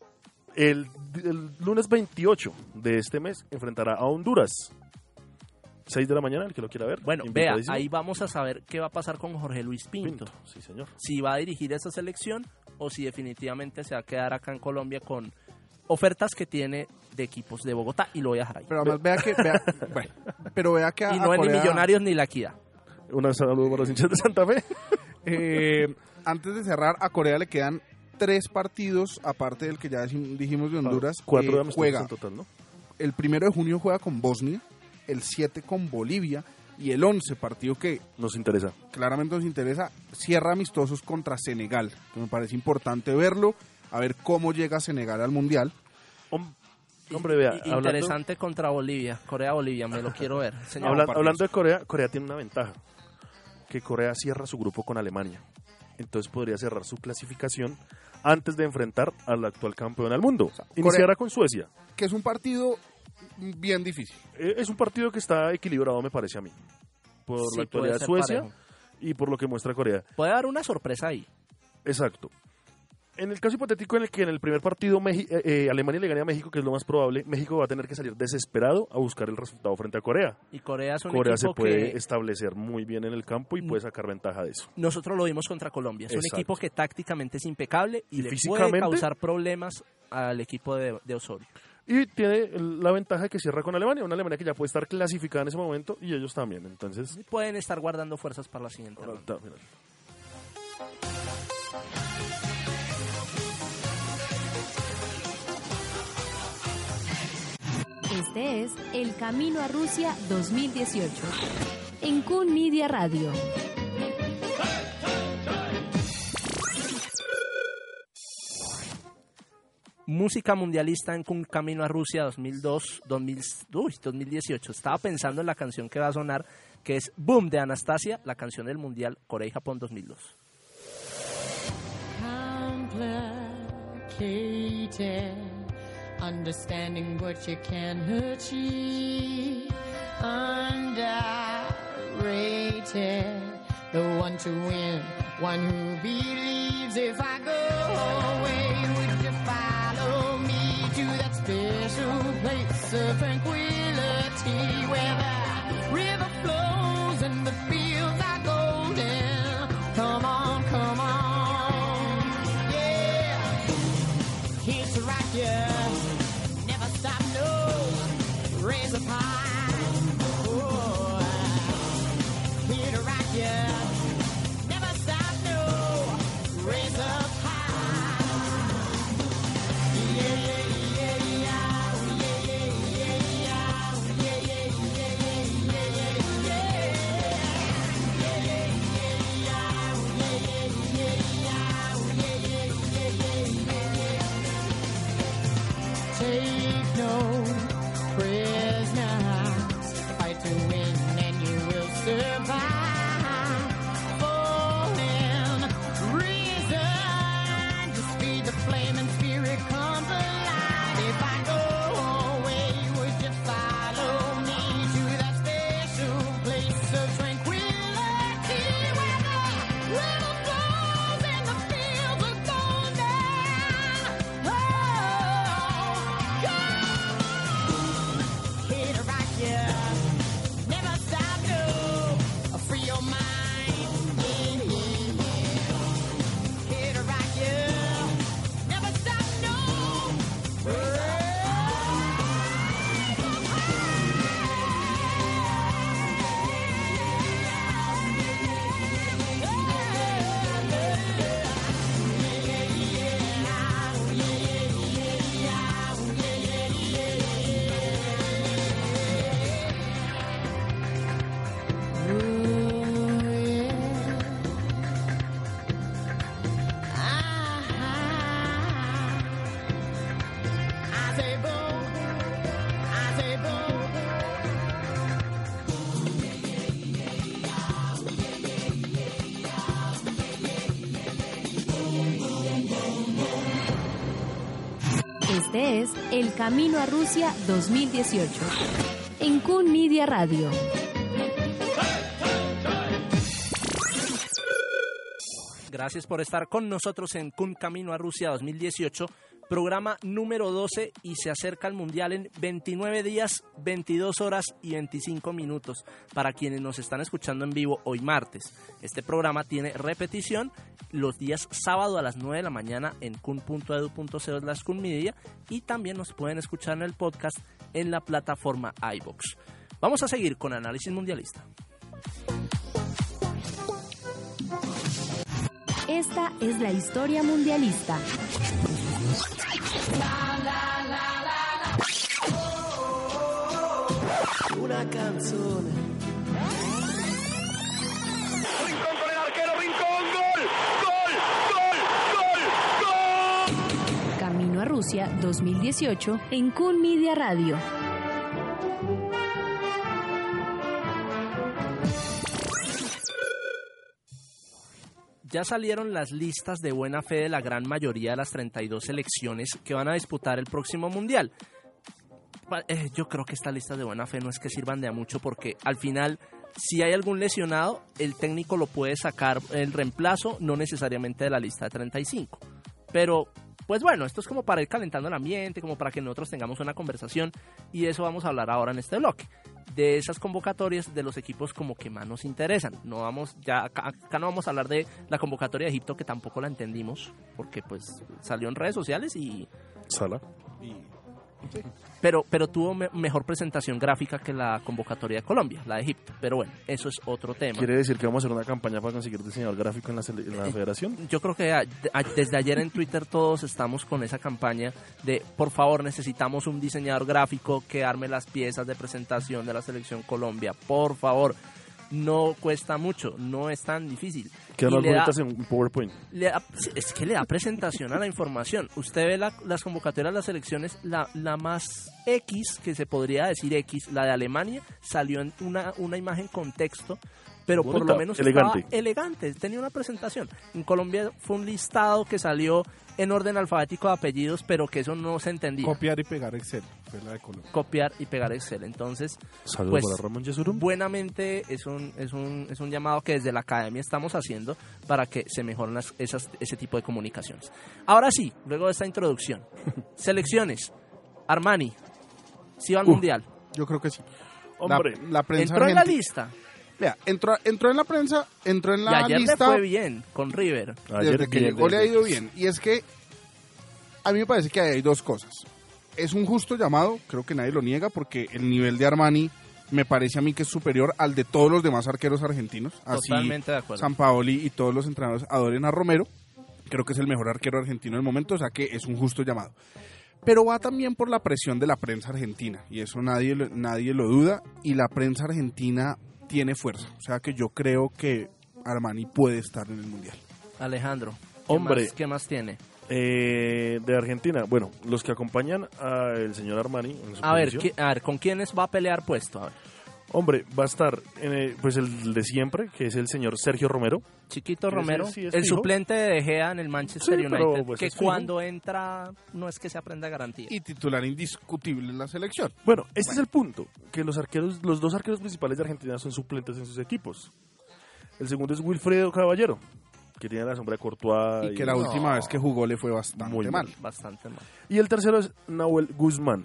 el, el lunes veintiocho de este mes enfrentará a Honduras. seis de la mañana, el que lo quiera ver. Bueno, vea, invitadísimo. ahí vamos a saber qué va a pasar con Jorge Luis Pinto. Pinto, sí, señor. Si va a dirigir esa selección o si definitivamente se va a quedar acá en Colombia con ofertas que tiene de equipos de Bogotá, y lo voy a dejar ahí. Pero además vea que, vea, bueno, pero vea que a, y a no es ni Corea, Millonarios ni La Equidad. Un saludo para los hinchas de Santa Fe. eh, antes de cerrar, a Corea le quedan tres partidos, aparte del que ya decim- dijimos de Honduras. Cuatro eh, de amistosos juega en total, ¿no? el primero de junio juega con Bosnia, el siete con Bolivia y el once, partido que Nos interesa. claramente nos interesa, cierra amistosos contra Senegal, que me parece importante verlo, a ver cómo llega Senegal al Mundial. Hom- Hombre, vea, Y- hablando, Interesante contra Bolivia, Corea-Bolivia, me lo quiero ver. Señor. habla- partidos. hablando de Corea, Corea tiene una ventaja. Que Corea cierra su grupo con Alemania. Entonces podría cerrar su clasificación antes de enfrentar al actual campeón del mundo. Iniciará con Suecia. Que es un partido bien difícil. Eh, Es un partido que está equilibrado, me parece a mí. Por Sí, la actualidad de puede ser Suecia parejo. y por lo que muestra Corea. Puede haber una sorpresa ahí. Exacto. En el caso hipotético en el que en el primer partido Meji- eh, eh, Alemania le gane a México, que es lo más probable, México va a tener que salir desesperado a buscar el resultado frente a Corea. Y Corea es un Corea se equipo puede que establecer muy bien en el campo y Mm. puede sacar ventaja de eso. nosotros lo vimos contra Colombia. Es un Exacto. equipo que tácticamente es impecable y, Y le puede físicamente- causar problemas al equipo de, de Osorio. Y tiene el- la ventaja de que cierra con Alemania, una Alemania que ya puede estar clasificada en ese momento y ellos también. Entonces, Pueden estar guardando fuerzas para la siguiente ronda. ta- mira. Este es El Camino a Rusia dos mil dieciocho. En Kun Media Radio. Música mundialista en Un Camino a Rusia dos mil dos, dos mil, uy, dos mil dieciocho. Estaba pensando en la canción que va a sonar, que es Boom de Anastasia, la canción del Mundial Corea y Japón dos mil dos. Complicated, understanding what you can achieve. Underrated, the one to win, one who believes. If I go away, would you follow me to that special place of tranquility? eternity where the river flows and the fields are golden. Come on, come on, yeah. Here to rock you, never stop, no. Raise a pie, oh. Here to rock you, never stop, no. Raise up high, yeah, yeah, yeah, yeah, yeah, yeah, yeah, yeah, yeah, yeah, yeah, yeah, yeah. Take no prisoners, fight to win and you will survive. Fallen reason, just feed the flame and spirit comes alive. If I go away, would you follow me to that special place of tranquility where the river flows and the fields are golden? Oh, come here to rock you, never stop, no. Free your mind, yeah, yeah, yeah. Here to rock you, never stop, no. I say boom, I say boom. Este es El Camino a Rusia dos mil dieciocho en Kun Media Radio. Gracias por estar con nosotros en Kun Camino a Rusia dos mil dieciocho, programa número doce, y se acerca el Mundial en veintinueve días, veintidós horas y veinticinco minutos para quienes nos están escuchando en vivo hoy martes. Este programa tiene repetición los días sábado a las nueve de la mañana en kun punto edu punto co slash kunmedia, y también nos pueden escuchar en el podcast en la plataforma iVoox. Vamos a seguir con Análisis Mundialista. Esta es la historia mundialista. Una canzone. Rincón con el arquero, Rincón, gol, gol, gol, gol, gol. Camino a Rusia dos mil dieciocho en Kun Media Radio. Ya salieron las listas de buena fe de la gran mayoría de las treinta y dos selecciones que van a disputar el próximo Mundial. Eh, yo creo que estas listas de buena fe no es que sirvan de a mucho, porque al final, si hay algún lesionado, el técnico lo puede sacar el reemplazo, no necesariamente de la lista de treinta y cinco. Pero, pues bueno, esto es como para ir calentando el ambiente, como para que nosotros tengamos una conversación, y de eso vamos a hablar ahora en este bloque. De esas convocatorias de los equipos como que más nos interesan. No vamos, ya acá, acá no vamos a hablar de la convocatoria de Egipto, que tampoco la entendimos, porque pues salió en redes sociales y... Sala. Y, sí. Pero, pero tuvo me, mejor presentación gráfica que la convocatoria de Colombia, la de Egipto. Pero bueno, eso es otro tema. ¿Quiere decir que vamos a hacer una campaña para conseguir diseñador gráfico en la, en la eh, federación? Yo creo que a, a, desde ayer en Twitter todos estamos con esa campaña de, por favor, necesitamos un diseñador gráfico que arme las piezas de presentación de la selección Colombia. Por favor, no cuesta mucho, no es tan difícil. Quedan más bonitas en PowerPoint. Le da, es que le da presentación a la información. Usted ve la, las convocatorias de las selecciones, la, la más X, que se podría decir X, la de Alemania, salió en una, una imagen con texto, pero bonita, por lo menos elegante. Estaba elegante, tenía una presentación. En Colombia fue un listado que salió en orden alfabético de apellidos, pero que eso no se entendía. Copiar y pegar Excel, fue la de Colombia. Copiar y pegar Excel. Entonces, saludos pues, para Ramón Yesurum. Buenamente es un, es, un, es un llamado que desde la academia estamos haciendo para que se mejoren las, esas, ese tipo de comunicaciones. Ahora sí, luego de esta introducción, selecciones, Armani, ¿sí va al uh, Mundial? Yo creo que sí. Hombre, la, la prensa ¿entró en la argentina- lista? Vea, entró, entró en la prensa, entró en Y la ayer lista. le fue bien con River. Desde que llegó le ha ido bien. Y es que a mí me parece que hay dos cosas. Es un justo llamado, creo que nadie lo niega, porque el nivel de Armani me parece a mí que es superior al de todos los demás arqueros argentinos. Así Totalmente de acuerdo. Sampaoli y todos los entrenadores adoren a Romero. Creo que es el mejor arquero argentino del momento, o sea que es un justo llamado. Pero va también por la presión de la prensa argentina, y eso nadie, lo- nadie lo duda, y la prensa argentina tiene fuerza. O sea que yo creo que Armani puede estar en el Mundial. Alejandro, ¿qué Hombre. más, ¿qué más tiene? Eh, de Argentina, bueno, los que acompañan al señor Armani en su A ver, posición. ¿qui- a ver, ¿con quiénes va a pelear puesto? A ver. Hombre, va a estar en el- pues el de siempre, que es el señor Sergio Romero. Chiquito Ese Romero, sí es el fijo. suplente de De Gea en el Manchester Sí, pero, United, pues, que es fijo. cuando entra no es que se aprenda garantía. Y titular indiscutible en la selección. Bueno, este es el punto, que los arqueros, los dos arqueros principales de Argentina son suplentes en sus equipos. El segundo es Wilfredo Caballero, que tiene la sombra de Courtois. Y que la última vez que jugó le fue bastante Muy mal. Bastante mal. Y el tercero es Nahuel Guzmán.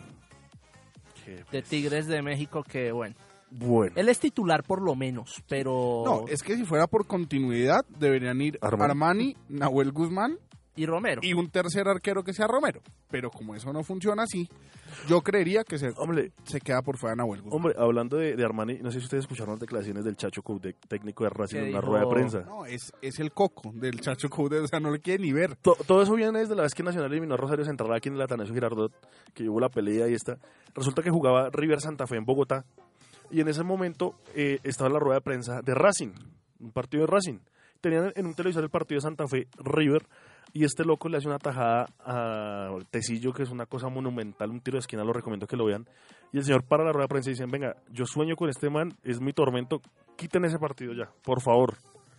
Que, De Tigres de México, que bueno. bueno, Él es titular por lo menos, pero... No, es que si fuera por continuidad, deberían ir Armani. Armani, Nahuel Guzmán Y Romero. y un tercer arquero que sea Romero. Pero como eso no funciona así, yo creería que se, hombre, se queda por fuera Nahuel Guzmán. hombre, hablando de, de Armani, no sé si ustedes escucharon las declaraciones del Chacho Coudet, técnico de Racing, ¿Qué en una dijo? rueda de prensa. No, es, es el coco del Chacho Coudet, o sea, no le quiere ni ver. To- todo eso viene desde la vez que Nacional eliminó a Rosario Central aquí en el Atanasio Girardot, que llevó la pelea y esta. Resulta que jugaba River Santa Fe en Bogotá. Y en ese momento eh, estaba la rueda de prensa de Racing, un partido de Racing. Tenían en un televisor el partido de Santa Fe, River, y este loco le hace una tajada a Tecillo, que es una cosa monumental, un tiro de esquina, lo recomiendo que lo vean. Y el señor para la rueda de prensa y dicen, venga, yo sueño con este man, es mi tormento, quiten ese partido ya, por favor.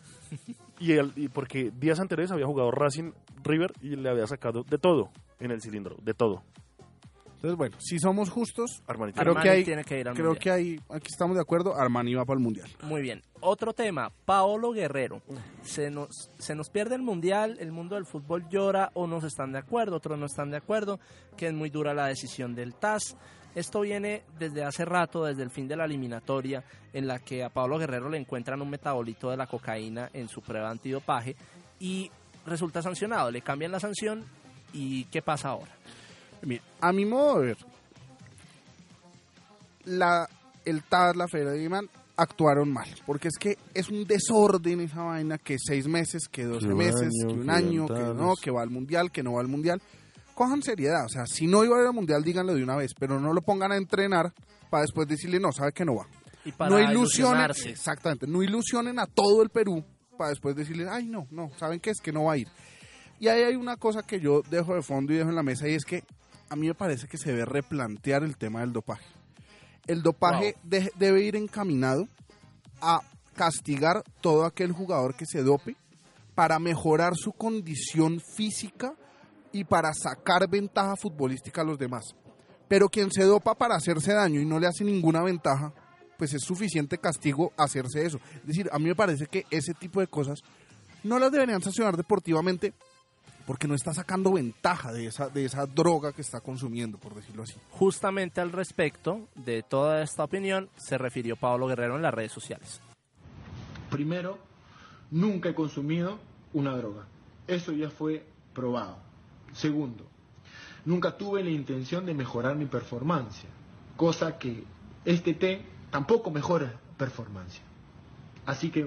y, el- y porque días anteriores había jugado Racing River y le había sacado de todo en el cilindro, de todo. Entonces, bueno, si somos justos, Armani creo Armani que hay, tiene que ir al creo Mundial. que hay, aquí estamos de acuerdo, Armani va para el Mundial. Muy bien. Otro tema, Paolo Guerrero. Se nos, se nos pierde el Mundial, el mundo del fútbol llora, unos están de acuerdo, otros no están de acuerdo, que es muy dura la decisión del T A S. Esto viene desde hace rato, desde el fin de la eliminatoria, en la que a Paolo Guerrero le encuentran un metabolito de la cocaína en su prueba antidopaje y resulta sancionado. Le cambian la sanción y ¿qué pasa ahora? Mira, a mi modo de ver, la, el T A S, la Federación, actuaron mal. Porque es que es un desorden esa vaina, que seis meses, que doce Que un meses, año, que un que año, que ventanas. no, que va al Mundial, que no va al Mundial. Cojan seriedad, o sea, si no iba a ir al Mundial, díganlo de una vez, pero no lo pongan a entrenar para después decirle, no, sabe que no va. Y para No ilusionen, ilusionarse. exactamente, no ilusionen a todo el Perú para después decirle, ay, no, no, ¿saben qué? Es que no va a ir. Y ahí hay una cosa que yo dejo de fondo y dejo en la mesa, y es que a mí me parece que se debe replantear el tema del dopaje. El dopaje de- debe ir encaminado a castigar todo aquel jugador que se dope para mejorar su condición física y para sacar ventaja futbolística a los demás. Pero quien se dopa para hacerse daño y no le hace ninguna ventaja, pues es suficiente castigo hacerse eso. Es decir, a mí me parece que ese tipo de cosas no las deberían sancionar deportivamente porque no está sacando ventaja de esa, de esa droga que está consumiendo, por decirlo así. Justamente al respecto de toda esta opinión se refirió Paolo Guerrero en las redes sociales. Primero, nunca he consumido una droga. Eso ya fue probado. Segundo, nunca tuve la intención de mejorar mi performance, cosa que este té tampoco mejora performance. Así que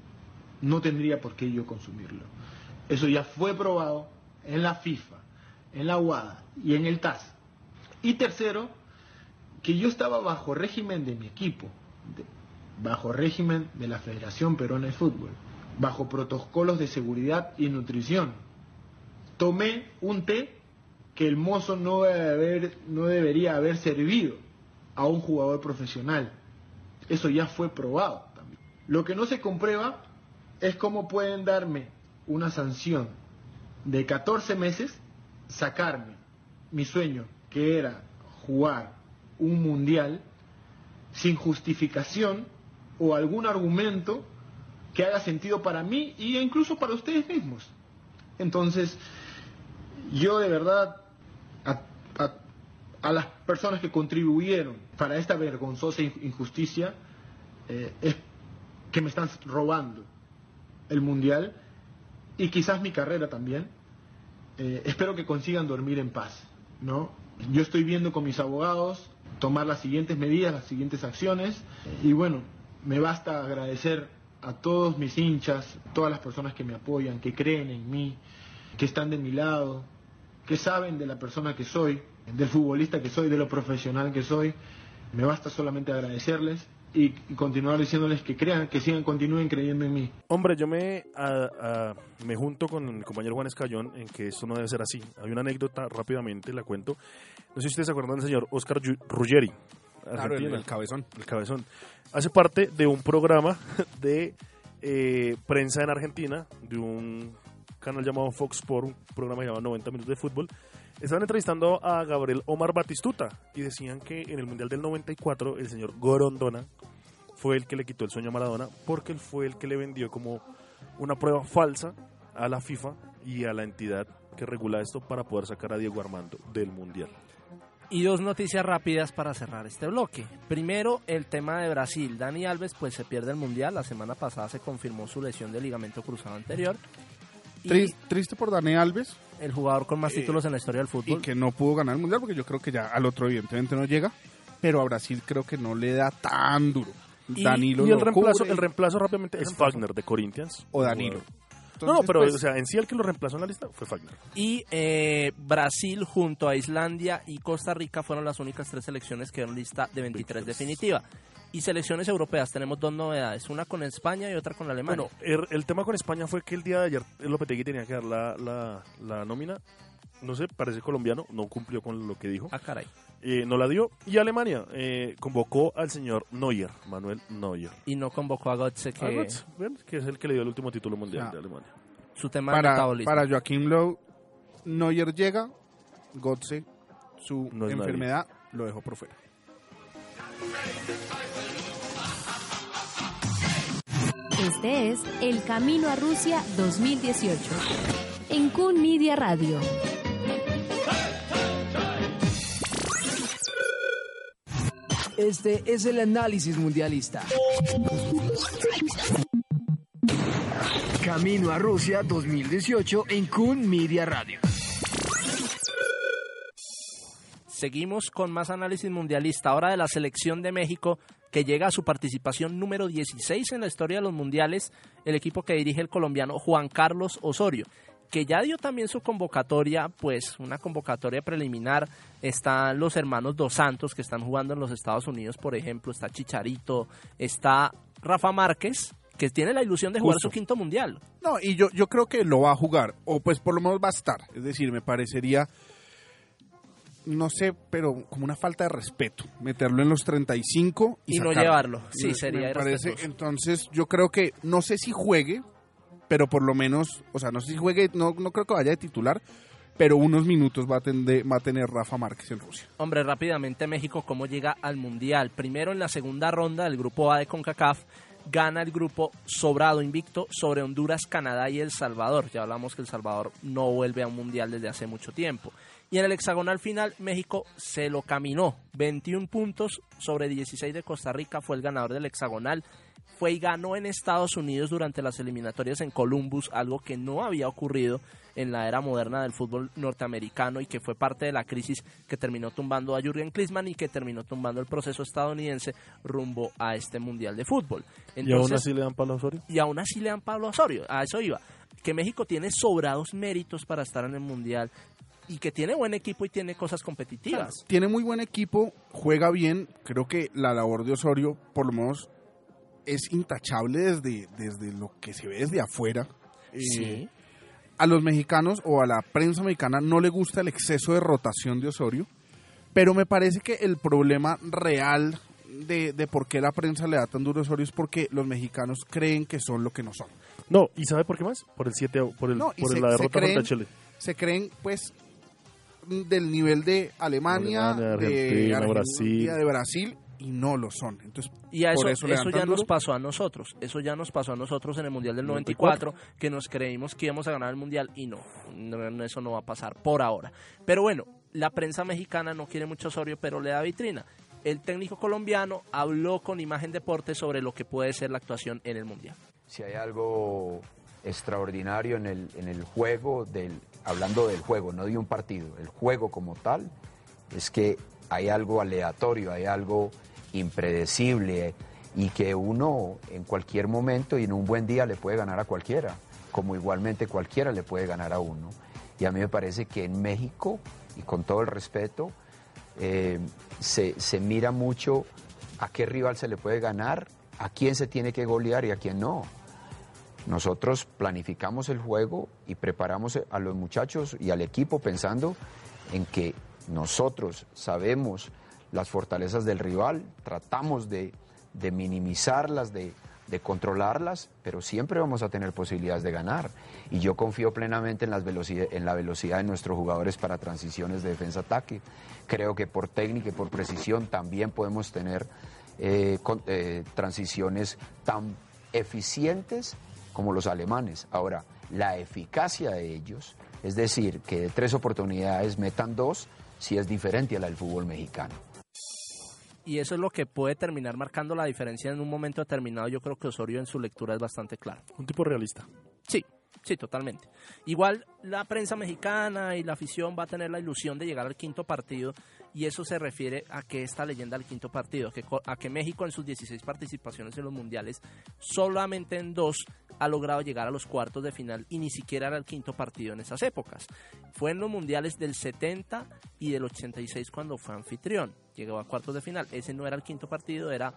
no tendría por qué yo consumirlo. Eso ya fue probado en la FIFA, en la UADA y en el T A S. Y tercero, que yo estaba bajo régimen de mi equipo, de- bajo régimen de la Federación Peruana de Fútbol, bajo protocolos de seguridad y nutrición. Tomé un té que el mozo no, debe haber, no debería haber servido a un jugador profesional. Eso ya fue probado también. Lo que no se comprueba es cómo pueden darme una sanción de catorce meses, sacarme mi sueño, que era jugar un mundial, sin justificación o algún argumento que haga sentido para mí e incluso para ustedes mismos. Entonces, yo de verdad, a, a, a las personas que contribuyeron para esta vergonzosa injusticia, eh, es que me están robando el Mundial y quizás mi carrera también. Eh, espero que consigan dormir en paz, ¿no? Yo estoy viendo con mis abogados tomar las siguientes medidas, las siguientes acciones, y bueno, me basta agradecer a todos mis hinchas, todas las personas que me apoyan, que creen en mí, que están de mi lado, que saben de la persona que soy, del futbolista que soy, de lo profesional que soy. Me basta solamente agradecerles y, y continuar diciéndoles que crean, que sigan, continúen creyendo en mí. Hombre, yo me, a, a, me junto con el compañero Juan Escayón en que esto no debe ser así. Hay una anécdota, rápidamente la cuento. No sé si ustedes se acuerdan del señor Oscar Ruggeri. Claro, el, el cabezón. El cabezón. Hace parte de un programa de eh, prensa en Argentina, de un canal llamado Fox Sport, un programa llamado noventa minutos de fútbol. Estaban entrevistando a Gabriel Omar Batistuta y decían que en el Mundial del noventa y cuatro el señor Gorondona fue el que le quitó el sueño a Maradona, porque él fue el que le vendió como una prueba falsa a la FIFA y a la entidad que regula esto para poder sacar a Diego Armando del Mundial. Y dos noticias rápidas para cerrar este bloque. Primero, el tema de Brasil. Dani Alves pues se pierde el Mundial. La semana pasada se confirmó su lesión de ligamento cruzado anterior. Triste, triste por Dani Alves. El jugador con más eh, títulos en la historia del fútbol. Y que no pudo ganar el Mundial porque yo creo que ya al otro evidentemente no llega. Pero a Brasil creo que no le da tan duro. Y, Danilo y el, reemplazo, cubre. el reemplazo rápidamente es Fagner de Corinthians. O Danilo. Entonces, no, no, pero pues, o sea, en sí el que lo reemplazó en la lista fue Fagner. Y eh, Brasil junto a Islandia y Costa Rica fueron las únicas tres selecciones que dieron lista de veintitrés definitiva. Y selecciones europeas, tenemos dos novedades, una con España y otra con Alemania. Bueno, el, el tema con España fue que el día de ayer el Lopetegui tenía que dar la, la, la nómina. No sé, parece colombiano, no cumplió con lo que dijo. Ah, caray. Eh, no la dio. Y Alemania eh, convocó al señor Neuer, Manuel Neuer. Y no convocó a Götze, que... A Götze, bueno, que es el que le dio el último título mundial, o sea, de Alemania. Su tema para, de metabolismo. Para Joachim Löw, Neuer llega, Götze, su no enfermedad, nadie. Lo dejó por fuera. Este es El Camino a Rusia dos mil dieciocho. En Kun Media Radio. Este es el análisis mundialista. Camino a Rusia dos mil dieciocho en Kun Media Radio. Seguimos con más análisis mundialista, ahora de la selección de México, que llega a su participación número dieciséis en la historia de los mundiales, el equipo que dirige el colombiano Juan Carlos Osorio, que ya dio también su convocatoria, pues una convocatoria preliminar. Están los hermanos Dos Santos que están jugando en los Estados Unidos, por ejemplo, está Chicharito, está Rafa Márquez, que tiene la ilusión de jugar Justo. su quinto mundial. No, y yo, yo creo que lo va a jugar, o pues por lo menos va a estar, es decir, me parecería, no sé, pero como una falta de respeto, meterlo en los treinta y cinco y, y no sacarlo. llevarlo, sí, me, sería me parece. irrespetuoso. Entonces yo creo que, no sé si juegue, pero por lo menos, o sea, no sé si juegue, no, no creo que vaya de titular, pero unos minutos va a, tener, va a tener Rafa Márquez en Rusia. Hombre, rápidamente México, ¿cómo llega al Mundial? Primero en la segunda ronda del grupo A de CONCACAF, gana el grupo sobrado, invicto, sobre Honduras, Canadá y El Salvador. Ya hablamos que El Salvador no vuelve a un Mundial desde hace mucho tiempo. Y en el hexagonal final, México se lo caminó. veintiún puntos sobre dieciséis de Costa Rica, fue el ganador del hexagonal. Fue y ganó en Estados Unidos durante las eliminatorias en Columbus, algo que no había ocurrido en la era moderna del fútbol norteamericano y que fue parte de la crisis que terminó tumbando a Jürgen Klinsmann y que terminó tumbando el proceso estadounidense rumbo a este Mundial de Fútbol. Entonces, ¿y aún así le dan Pablo Osorio? Y aún así le dan Pablo Osorio, a eso iba. Que México tiene sobrados méritos para estar en el Mundial y que tiene buen equipo y tiene cosas competitivas. Claro, tiene muy buen equipo, juega bien, creo que la labor de Osorio, por lo menos, es intachable desde, desde lo que se ve desde afuera. Sí. Eh, a los mexicanos o a la prensa mexicana no le gusta el exceso de rotación de Osorio, pero me parece que el problema real de, de por qué la prensa le da tan duro a Osorio es porque los mexicanos creen que son lo que no son. No, ¿y sabe por qué más? Por el siete, por el no, por se, la derrota creen, contra Chile. Se creen, pues, del nivel de Alemania, Alemania, de Argentina, Argentina, Brasil. de Brasil, y no lo son. Entonces, y a eso, por eso, eso ya nos duro. pasó a nosotros. Eso ya nos pasó a nosotros en el Mundial del noventa y noventa y cuatro, que nos creímos que íbamos a ganar el Mundial y no, no, eso no va a pasar por ahora. Pero bueno, la prensa mexicana no quiere mucho a Osorio, pero le da vitrina. El técnico colombiano habló con Imagen Deportes sobre lo que puede ser la actuación en el Mundial. Si hay algo extraordinario en el, en el juego, del, hablando del juego, no de un partido, el juego como tal, es que hay algo aleatorio, hay algo impredecible y que uno en cualquier momento y en un buen día le puede ganar a cualquiera, como igualmente cualquiera le puede ganar a uno. Y a mí me parece que en México, y con todo el respeto, eh, se, se mira mucho a qué rival se le puede ganar, a quién se tiene que golear y a quién no. Nosotros planificamos el juego y preparamos a los muchachos y al equipo pensando en que nosotros sabemos las fortalezas del rival, tratamos de, de minimizarlas, de, de controlarlas, pero siempre vamos a tener posibilidades de ganar. Y yo confío plenamente en, las velocidad, en la velocidad de nuestros jugadores para transiciones de defensa-ataque. Creo que por técnica y por precisión también podemos tener eh, con, eh, transiciones tan eficientes como los alemanes. Ahora, la eficacia de ellos, es decir, que de tres oportunidades metan dos, sí es diferente a la del fútbol mexicano. Y eso es lo que puede terminar marcando la diferencia en un momento determinado. Yo creo que Osorio en su lectura es bastante claro. Un tipo realista. Sí, sí, totalmente. Igual la prensa mexicana y la afición va a tener la ilusión de llegar al quinto partido, y eso se refiere a que esta leyenda del quinto partido, que, a que México en sus dieciséis participaciones en los mundiales, solamente en dos ha logrado llegar a los cuartos de final y ni siquiera era el quinto partido en esas épocas. Fue en los mundiales del setenta y del ochenta y seis cuando fue anfitrión, llegó a cuartos de final. Ese no era el quinto partido, era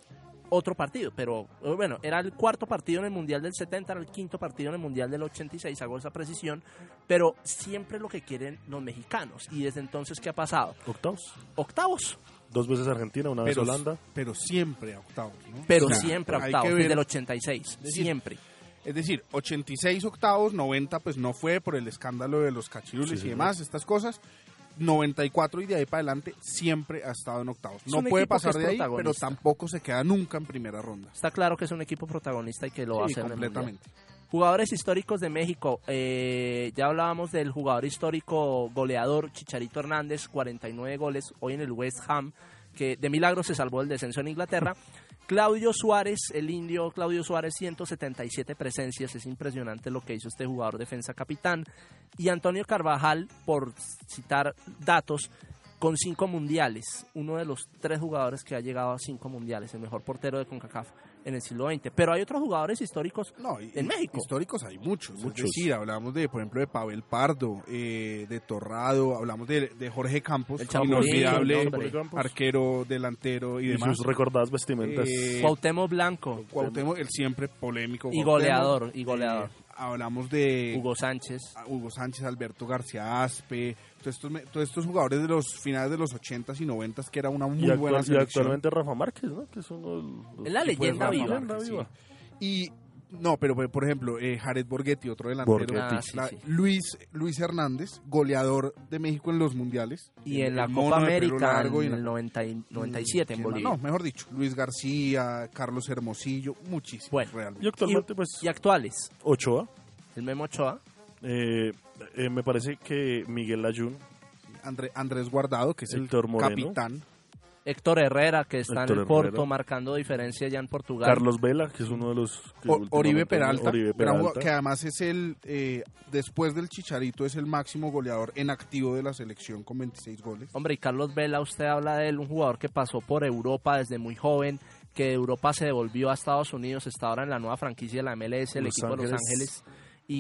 otro partido, pero bueno, era el cuarto partido en el Mundial del setenta, era el quinto partido en el Mundial del ochenta y seis, hago esa precisión, pero siempre lo que quieren los mexicanos. Y desde entonces, ¿qué ha pasado? Octavos. Octavos. Dos veces Argentina, una vez pero, Holanda. Pero siempre a octavos, ¿no? Pero o sea, siempre a octavos, desde el ochenta y seis, es decir, siempre. Es decir, ochenta y seis octavos, noventa pues no fue por el escándalo de los cachirules sí, y demás, sí. estas cosas. noventa y cuatro y de ahí para adelante siempre ha estado en octavos. No puede pasar de ahí, pero tampoco se queda nunca en primera ronda. Está claro que es un equipo protagonista y que lo sí, va a hacer completamente. En el Mundial. Jugadores históricos de México. Eh, ya hablábamos del jugador histórico goleador Chicharito Hernández, cuarenta y nueve goles hoy en el West Ham, que de milagro se salvó del descenso en Inglaterra. Claudio Suárez, el indio Claudio Suárez, ciento setenta y siete presencias, es impresionante lo que hizo este jugador defensa capitán. Y Antonio Carvajal, por citar datos, con cinco mundiales, uno de los tres jugadores que ha llegado a cinco mundiales, el mejor portero de CONCACAF en el siglo veinte. Pero hay otros jugadores históricos no, y, en México. Históricos hay muchos. muchos. Es decir, hablamos de, por ejemplo, de Pavel Pardo, eh, de Torrado, hablamos de, de Jorge Campos, el inolvidable el arquero, delantero y, y demás. sus recordadas vestimentas. Eh, Cuauhtémoc Blanco. Cuauhtémoc, el siempre polémico. Y goleador, y goleador. Eh, hablamos de Hugo Sánchez. Hugo Sánchez, Alberto García Aspe, todos estos, todos estos jugadores de los finales de los ochentas y noventas que era una muy y actual, buena selección. Y actualmente Rafa Márquez, ¿no? Que es uno de los, es la leyenda pues, viva. Márquez, viva. Sí. Y no, pero por ejemplo, eh, Jared Borghetti, otro delantero. Borghetti. Ah, sí, la, sí. Luis Luis Hernández, goleador de México en los mundiales. Y en el, la el Copa América largo, en y el noventa y, noventa y siete en Bolivia. No, mejor dicho, Luis García, Carlos Hermosillo, muchísimo. Bueno, realmente. Y actualmente, y, pues. Y actuales. Ochoa. El Memo Ochoa. Eh, eh, me parece que Miguel Layún. André, Andrés Guardado, que es Héctor el Moreno. capitán. Héctor Herrera, que está Héctor en el Porto, Herrera. marcando diferencia ya en Portugal. Carlos Vela, que es uno de los... que O, Oribe últimamente- Peralta, Oribe gran jugador, Peralta. que además es el, eh, después del Chicharito, es el máximo goleador en activo de la selección con veintiséis goles. Hombre, y Carlos Vela, usted habla de él, un jugador que pasó por Europa desde muy joven, que de Europa se devolvió a Estados Unidos, está ahora en la nueva franquicia de la M L S, el Los equipo de Los Ángeles. Ángeles.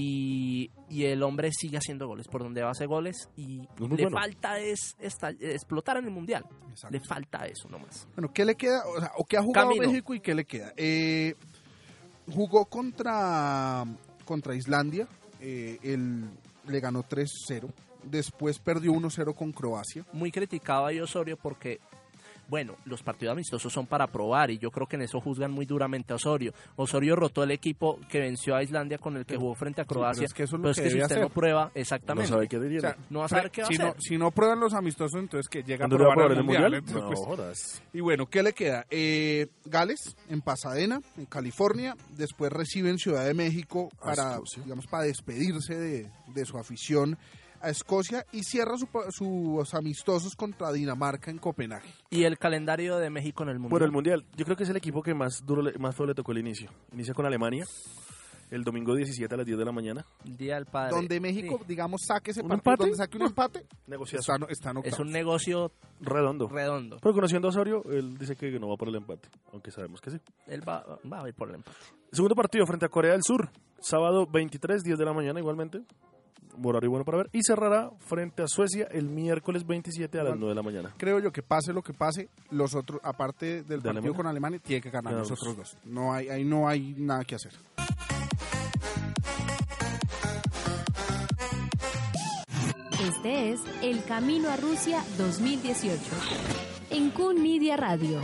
Y, y el hombre sigue haciendo goles, por donde va hace goles, y muy le bueno. falta es esta- explotar en el Mundial. Exacto. Le falta eso nomás. Bueno, ¿qué le queda? O sea, ¿o qué ha jugado Camino. México y qué le queda? Eh, jugó contra, contra Islandia, eh, él le ganó tres cero, después perdió uno cero con Croacia. Muy criticado ahí Osorio porque, bueno, los partidos amistosos son para probar y yo creo que en eso juzgan muy duramente a Osorio. Osorio rotó el equipo que venció a Islandia con el que jugó frente a Croacia. pero es que eso es lo pero es que que si debe usted hacer. no prueba, exactamente. No sabe qué diría. O sea, no va a saber qué va a si hacer. No, si no prueban los amistosos, entonces que llega a ¿Cuándo le va a probar probar el el mundial. mundial? Entonces, No pues, jodas. y bueno, ¿qué le queda? Eh, Gales, en Pasadena, en California. Después recibe en Ciudad de México para, Escocia. digamos, para despedirse de, de su afición a Escocia y cierra su, sus amistosos contra Dinamarca en Copenhague. ¿Y el calendario de México en el Mundial? Por el Mundial, yo creo que es el equipo que más duro, le- más feo le tocó el inicio. Inicia con Alemania, el domingo diecisiete a las diez de la mañana. Día del Padre. Donde México, Sí. digamos, saque ese ¿Un partido, empate? donde saque un empate, Negociación. están, están Es octavos. un negocio Redondo. redondo. Pero conociendo a Osorio, él dice que no va por el empate, aunque sabemos que sí. Él va, va a ir por el empate. Segundo partido frente a Corea del Sur, sábado veintitrés, diez de la mañana igualmente. Horario bueno para ver. Y cerrará frente a Suecia el miércoles veintisiete a las nueve de la mañana. Creo yo que pase lo que pase, los otros, aparte del ¿De partido Alemania? con Alemania, tiene que ganar Ganamos. los otros dos. No hay, ahí no hay nada que hacer. Este es El Camino a Rusia dos mil dieciocho en Kun Media Radio.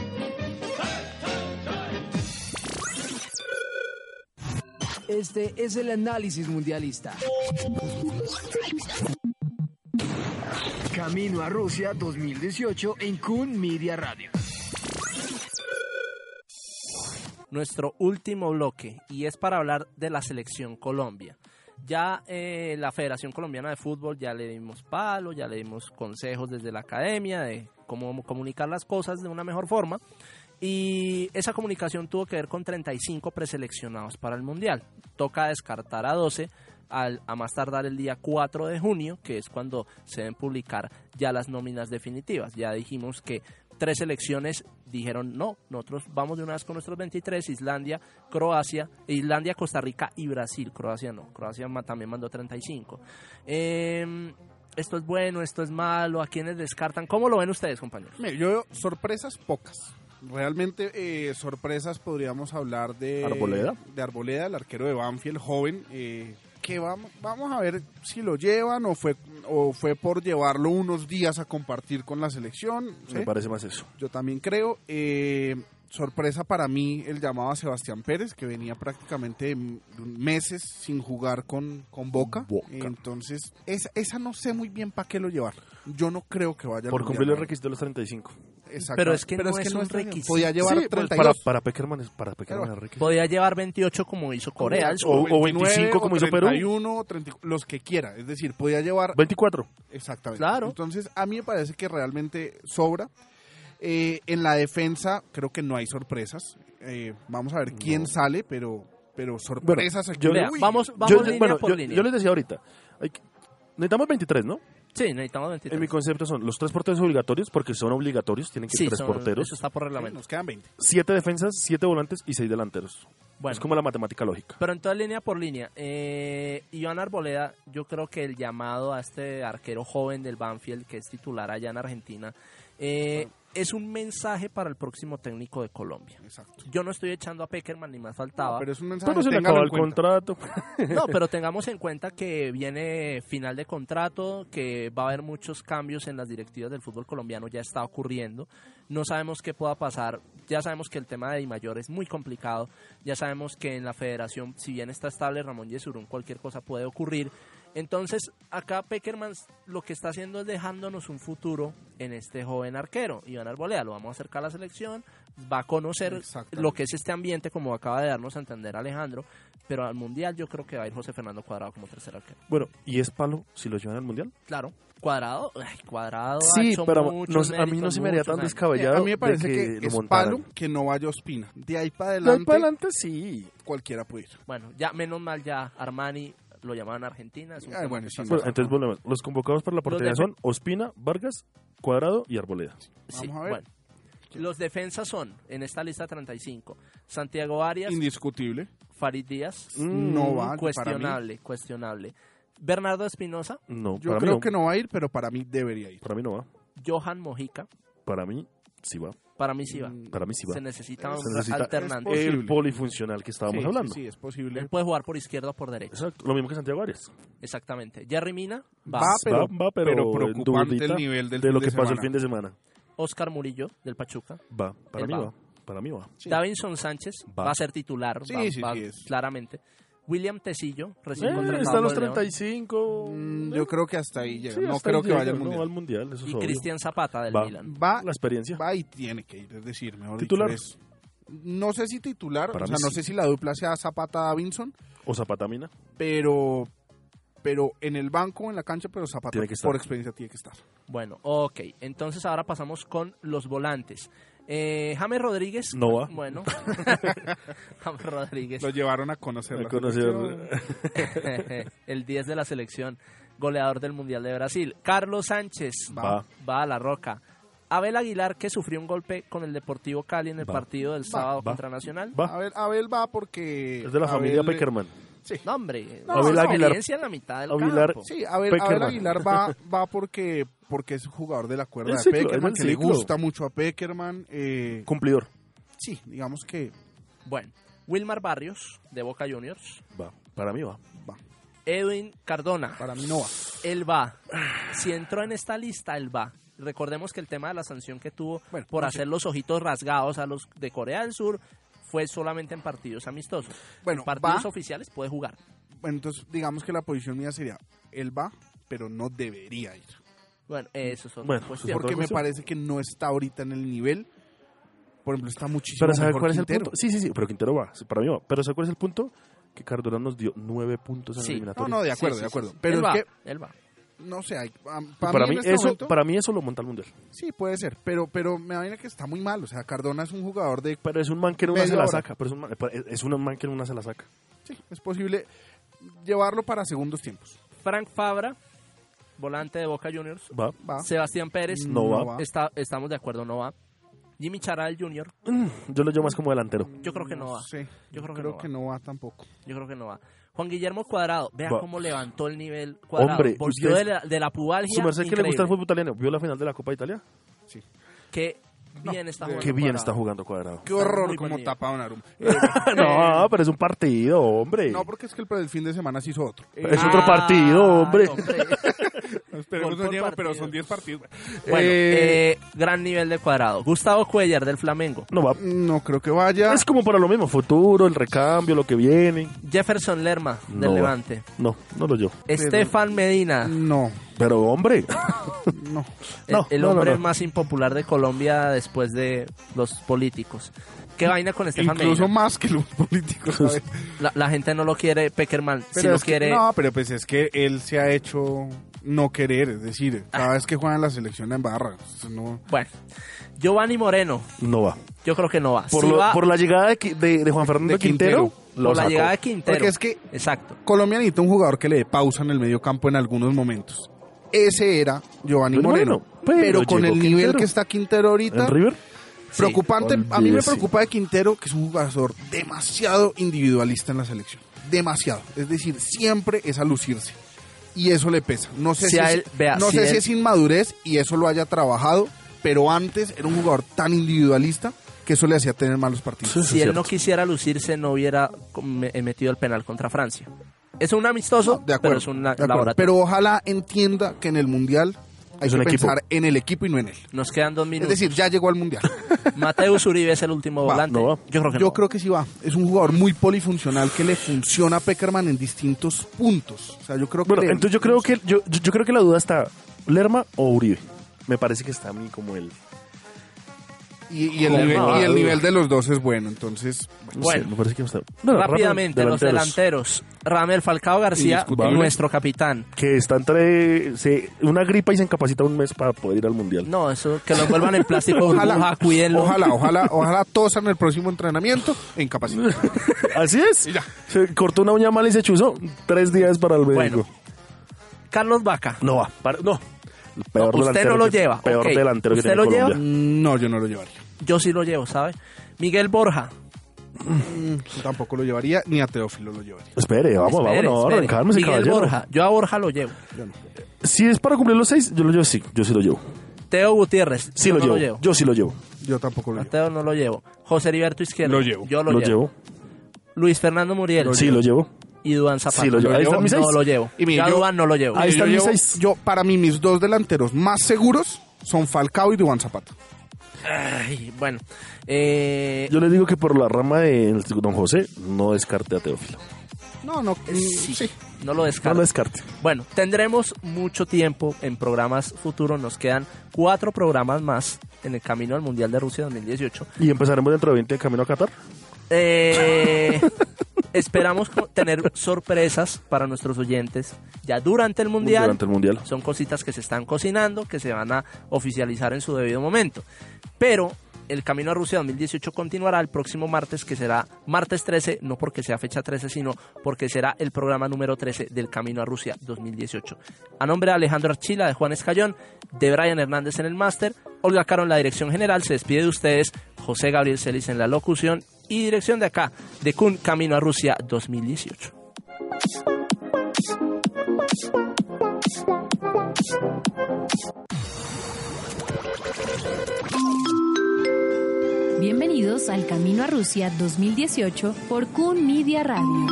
Este es el análisis mundialista. Camino a Rusia dos mil dieciocho en Kun Media Radio. Nuestro último bloque, y es para hablar de la selección Colombia. Ya eh, la Federación Colombiana de Fútbol ya le dimos palo, ya le dimos consejos desde la academia de cómo comunicar las cosas de una mejor forma. Y esa comunicación tuvo que ver con treinta y cinco preseleccionados para el Mundial. Toca descartar a doce al, a más tardar el día cuatro de junio, que es cuando se deben publicar ya las nóminas definitivas. Ya dijimos que tres selecciones dijeron no, nosotros vamos de una vez con nuestros veintitrés, Islandia, Croacia, Islandia, Costa Rica y Brasil. Croacia no, Croacia ma- también mandó treinta y cinco. Eh, esto es bueno, esto es malo, ¿a quiénes descartan? ¿Cómo lo ven ustedes, compañeros? Mire, yo sorpresas pocas. Realmente eh, sorpresas podríamos hablar de Arboleda. de Arboleda, el arquero de Banfield, joven, eh, que vamos, vamos a ver si lo llevan o fue o fue por llevarlo unos días a compartir con la selección. ¿sí? Me parece más eso. Yo también creo. Eh, sorpresa para mí el llamado a Sebastián Pérez, que venía prácticamente m- meses sin jugar con, con Boca. Boca. Entonces, esa, esa no sé muy bien para qué lo llevar. Yo no creo que vaya al Por Mundial, cumplir los ¿no? requisitos de los treinta y cinco. Exacto. Pero es que no es un tan- requisito. Podía llevar Sí, pues, treinta y para, dos. para Peckerman es para Peckerman Claro. es requisito. Podía llevar veintiocho como hizo Corea del Sur. O- o veinticinco como hizo Perú. treinta y uno, treinta, los que quiera. Es decir, podía llevar... veinticuatro. Exactamente. Claro. Entonces, a mí me parece que realmente sobra. Eh, en la defensa creo que no hay sorpresas. Eh, vamos a ver quién sale, pero, pero sorpresas aquí. yo- Vea, Uy, vamos, vamos Yo, línea bueno, por yo, línea. yo les decía ahorita, hay que- necesitamos veintitrés, ¿no? Sí, necesitamos veintitrés. En mi concepto son los tres porteros obligatorios, porque son obligatorios, tienen que ir Sí, tres son- porteros, eso está por reglamento. nos quedan veinte. siete defensas, siete volantes y seis delanteros. Bueno. Es como la matemática lógica. Pero entonces línea por línea, eh, Iván Arboleda, yo creo que el llamado a este arquero joven del Banfield, que es titular allá en Argentina, eh, es un mensaje para el próximo técnico de Colombia. Exacto. Yo no estoy echando a Peckerman ni más faltaba. No, pero es un mensaje. Pero se le téngalo acaba en el cuenta. contrato. No, pero tengamos en cuenta que viene final de contrato, que va a haber muchos cambios en las directivas del fútbol colombiano, ya está ocurriendo. No sabemos qué pueda pasar. Ya sabemos que el tema de Di Mayor es muy complicado. Ya sabemos que en la federación, si bien está estable Ramón Yesurún, cualquier cosa puede ocurrir. Entonces, acá Peckerman lo que está haciendo es dejándonos un futuro en este joven arquero, Iván Arboleda. Lo vamos a acercar a la selección, va a conocer Exactamente. lo que es este ambiente, como acaba de darnos a entender Alejandro, pero al Mundial yo creo que va a ir José Fernando Cuadrado como tercer arquero. Bueno, ¿y es palo si lo llevan al Mundial? Claro, Cuadrado, ay, Cuadrado ha Sí, hecho pero muchos no- a mí no méritos, se me haría muchos tan años. descabellado. A mí me parece de que, que lo es montaran. palo que no vaya Ospina. De ahí para De ahí adelante, para adelante sí. cualquiera puede ir. Bueno, ya menos mal ya Armani lo llamaban Argentina. Es un Ay, tema bueno, que sí, está Bueno, pasando. entonces volvemos. Los convocados para la portería defe- son Ospina, Vargas, Cuadrado y Arboleda. Sí, Vamos a ver. bueno. Los defensas son, en esta lista treinta y cinco, Santiago Arias, Indiscutible. Farid Díaz, Mm, no va. Para cuestionable, mí, cuestionable. Bernardo Espinosa, No, yo para creo mí no. que no va a ir, pero para mí debería ir. Para mí no va. Johan Mojica, Para mí sí va. para mí sí va. Para mí sí va. Se necesita Es- un Se necesita alternante. es el posible. polifuncional que estábamos Sí, hablando. Sí, sí, es posible. Él puede jugar por izquierda o por derecha. Exacto. Lo mismo que Santiago Arias. Exactamente. Jerry Mina, va. Va, pero, va, va, pero, pero en preocupante dudita el nivel del de fin lo de que pasó el semana. fin de semana. Oscar Murillo, del Pachuca. Va. Para Él mí va. va. Para mí va. Sí. Davinson Sánchez Va. va. a ser titular, Sí, va, sí, va sí, es. claramente. William Tecillo, recién Eh, contratado están los por León. treinta y cinco. Mm, yo creo que hasta ahí llega. Sí, no hasta creo ahí que vaya llega, al no mundial. va al mundial, eso es Y obvio. Cristian Zapata del Va. Milan. Va, La experiencia. va y tiene que ir. Es decir, mejor ¿Titular? dicho, es- no sé si titular, Para o sea, mí no sí. sé si la dupla sea Zapata-Davinson, O Zapata Mina. pero pero en el banco o en la cancha, pero Zapata Tiene que estar. por experiencia tiene que estar. Bueno, ok. Entonces ahora pasamos con los volantes. Eh, James Rodríguez. No va. Bueno. James Rodríguez. Lo llevaron a conocer. A la conocer. selección. El diez de la selección, goleador del Mundial de Brasil. Carlos Sánchez. Va. Va a la Roca. Abel Aguilar, que sufrió un golpe con el Deportivo Cali en el Va. partido del Va. sábado Va. contra Nacional. Va. Abel, Abel va porque... Es de la familia Abel- Peckerman. Sí. No, hombre. No, Abel no, Aguilar. Aguilar- En la mitad del Aguilar- campo. Sí, Abel, Peckerman. Abel Aguilar va, va porque, porque es jugador de la cuerda El de ciclo, Peckerman, es que el le ciclo. gusta mucho a Peckerman. Eh, Cumplidor. sí, digamos que Bueno, Wilmar Barrios, de Boca Juniors. Va. Para mí va. va. Edwin Cardona. Para mí no va. Él va. Si entró en esta lista, él va. Recordemos que el tema de la sanción que tuvo Bueno, por no hacer sé. los ojitos rasgados a los de Corea del Sur fue solamente en partidos amistosos. Bueno, en partidos va. oficiales puede jugar. Bueno, entonces digamos que la posición mía sería, él va, pero no debería ir. Bueno, eso es otra Bueno, cuestión. Porque me Entonces- parece que no está ahorita en el nivel. Por ejemplo, está muchísimo Pero ¿sabe mejor cuál es el Quintero. punto? Sí, sí, sí, pero Quintero va. Para mí va. Pero ¿sabe cuál es el punto? Que Cardona nos dio nueve puntos en Sí. el No, eliminatorio. no, de acuerdo, Sí, sí, de acuerdo. sí, sí. Pero él es va, que, él va. no sé, hay, para, Para, para, mí, en este eso, momento, para mí eso lo monta el Mundial. sí, puede ser. Pero, pero me imagino que está muy mal. O sea, Cardona es un jugador de... Pero es un man que en una Media se la hora. saca. Pero es un man, es un man que en una se la saca. Sí, es posible llevarlo para segundos tiempos. Frank Fabra, volante de Boca Juniors. Va. Va. Sebastián Pérez. No va. va. Está, estamos de acuerdo, no va. Jimmy Charal junior Yo lo llevo más como delantero. Yo creo que no va. sé. Yo creo que Creo no va. que no va tampoco. Yo creo que no va. Juan Guillermo Cuadrado, vea Va. cómo levantó el nivel Cuadrado. Hombre, Volvió usted- de la, de la pubalgia. ¿Su merced que le gusta el increíble. fútbol italiano? ¿Vio la final de la Copa de Italia? Sí. Qué bien está jugando Qué bien Cuadrado. está jugando Cuadrado. Qué horror muy como buen nivel. tapa Donnarumma. No, pero es un partido, hombre. No, porque es que el, el fin de semana se hizo otro. Es Eh, otro partido, hombre. Esperemos Gol por no llegue, pero partido. son diez partidos. Bueno, Eh, eh, gran nivel de Cuadrado. Gustavo Cuellar del Flamengo. No va. no creo que vaya. Es como para lo mismo, futuro, el recambio, lo que viene. Jefferson Lerma del No va. Levante. No, no lo llevo. Estefan Medina. No, Pero, hombre, no. El, No, el no, hombre no, no. más impopular de Colombia después de los políticos. ¿Qué vaina con Estefan Incluso Medina? más que los políticos. ¿sabes? La, la gente no lo quiere, Peckerman si Pero lo es que- quiere. no, pero pues es que él se ha hecho no querer, es decir, cada vez que juega en la selección en barra. Eso no... Bueno, Giovanni Moreno, no va. yo creo que no va. Por, Si lo- va por la llegada de, Qui- de- de Juan Fernando De Quintero, Quintero. lo por la sacó. llegada de Quintero. Porque es que Exacto. Colombia necesita un jugador que le dé pausa en el medio campo en algunos momentos. Ese era Giovanni Giovanni Moreno. Moreno, Pero, pero con llegó el nivel Quintero. que está Quintero ahorita, ¿En River? preocupante. Sí, A mí me olvídese. preocupa de Quintero, que es un jugador demasiado individualista en la selección. Demasiado. Es decir, siempre es a lucirse. Y eso le pesa. No sé, Si si, a es, él- vea, no si sé él- si es inmadurez y eso lo haya trabajado, pero antes era un jugador tan individualista que eso le hacía tener malos partidos. Sí, eso Si es él no cierto. quisiera lucirse, no hubiera come- metido el penal contra Francia. Es un amistoso, No, de acuerdo, pero es un de acuerdo. laboratorio. Pero ojalá entienda que en el Mundial hay Es que un equipo. pensar en el equipo y no en él. Nos quedan dos Es minutos. decir, ya llegó al Mundial. Mateus Uribe es el último Va, volante. no va. Yo creo que Yo no. creo que sí va. Es un jugador muy polifuncional que le funciona a Peckerman en distintos puntos. O sea, yo creo que Bueno, le- entonces yo creo que yo, yo, yo creo que la duda está Lerma o Uribe. Me parece que está a mí como el... y, y el, Como- nivel, no, y el no. nivel de los dos es bueno. Entonces, No Bueno. sé, me parece que está... No, Rápidamente, rápido, los delanteros. Ramel Falcao García, Indiscutible. nuestro capitán. Que está entre se, una gripa y se incapacita un mes para poder ir al Mundial. No, eso, que lo envuelvan en plástico de burbuja, ojalá, cuídenlo. ojalá, ojalá, ojalá tosan el próximo entrenamiento e incapacitados. Así es. Se cortó una uña mal y se chuzó. Tres días para el médico. Bueno. Carlos Vaca. No va. para- no. El peor No, usted delantero no lo que- lleva. Peor Ok. delantero que ¿Usted tiene lo lleva? Colombia. No, yo no lo llevaría. Yo sí lo llevo, ¿sabe? Miguel Borja. Mm, yo tampoco lo llevaría, ni a Teófilo lo llevaría. Espere, vamos, Espere, vamos, no, espere. cálmese, Miguel caballero. Borja. Yo a Borja lo llevo. Yo no. Si es para cumplir los seis, yo lo llevo, sí. Yo sí lo llevo. Teo Gutiérrez. Sí yo lo no llevo. lo llevo. Yo sí lo llevo. Yo tampoco lo A llevo. Teo no lo llevo. José Heriberto Izquierdo. Lo llevo. Yo lo, Lo llevo. llevo. Luis Fernando Muriel. Sí lo llevo. Y Duván Zapata. Sí lo llevo. Ahí están mis No seis. lo llevo. Y mire, yo a yo- Duván no lo llevo. Ahí Yo están mis llevo- seis. Yo, para mí, mis dos delanteros más seguros son Falcao y Duván Zapata. Ay, bueno. Eh, Yo les digo que por la rama de don José, no descarte a Teófilo. No, no, mm, sí, sí. no lo No descarto. lo descarte. Bueno, tendremos mucho tiempo en programas futuros. Nos quedan cuatro programas más en el camino al Mundial de Rusia dos mil dieciocho. Y empezaremos dentro de veinte de camino a Qatar. Eh, esperamos tener sorpresas para nuestros oyentes ya durante el mundial. Durante el mundial. Son cositas que se están cocinando, que se van a oficializar en su debido momento. Pero el Camino a Rusia dos mil dieciocho continuará el próximo martes, que será martes trece, no porque sea fecha trece, sino porque será el programa número trece del Camino a Rusia dos mil dieciocho. A nombre de Alejandro Archila, de Juan Escayón, de Brian Hernández en el máster, Olga Caro en la dirección general, se despide de ustedes José Gabriel Celis en la locución y dirección de acá, de Kun Camino a Rusia dos mil dieciocho. Bienvenidos al Camino a Rusia dos mil dieciocho por Kun Media Radio.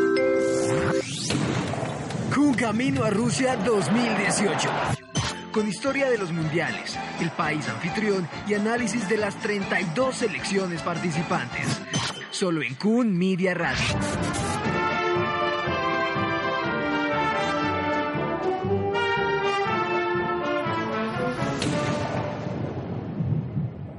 Kun Camino a Rusia dos mil dieciocho. Con historia de los mundiales, el país anfitrión y análisis de las treinta y dos selecciones participantes. Solo en Kun Media Radio.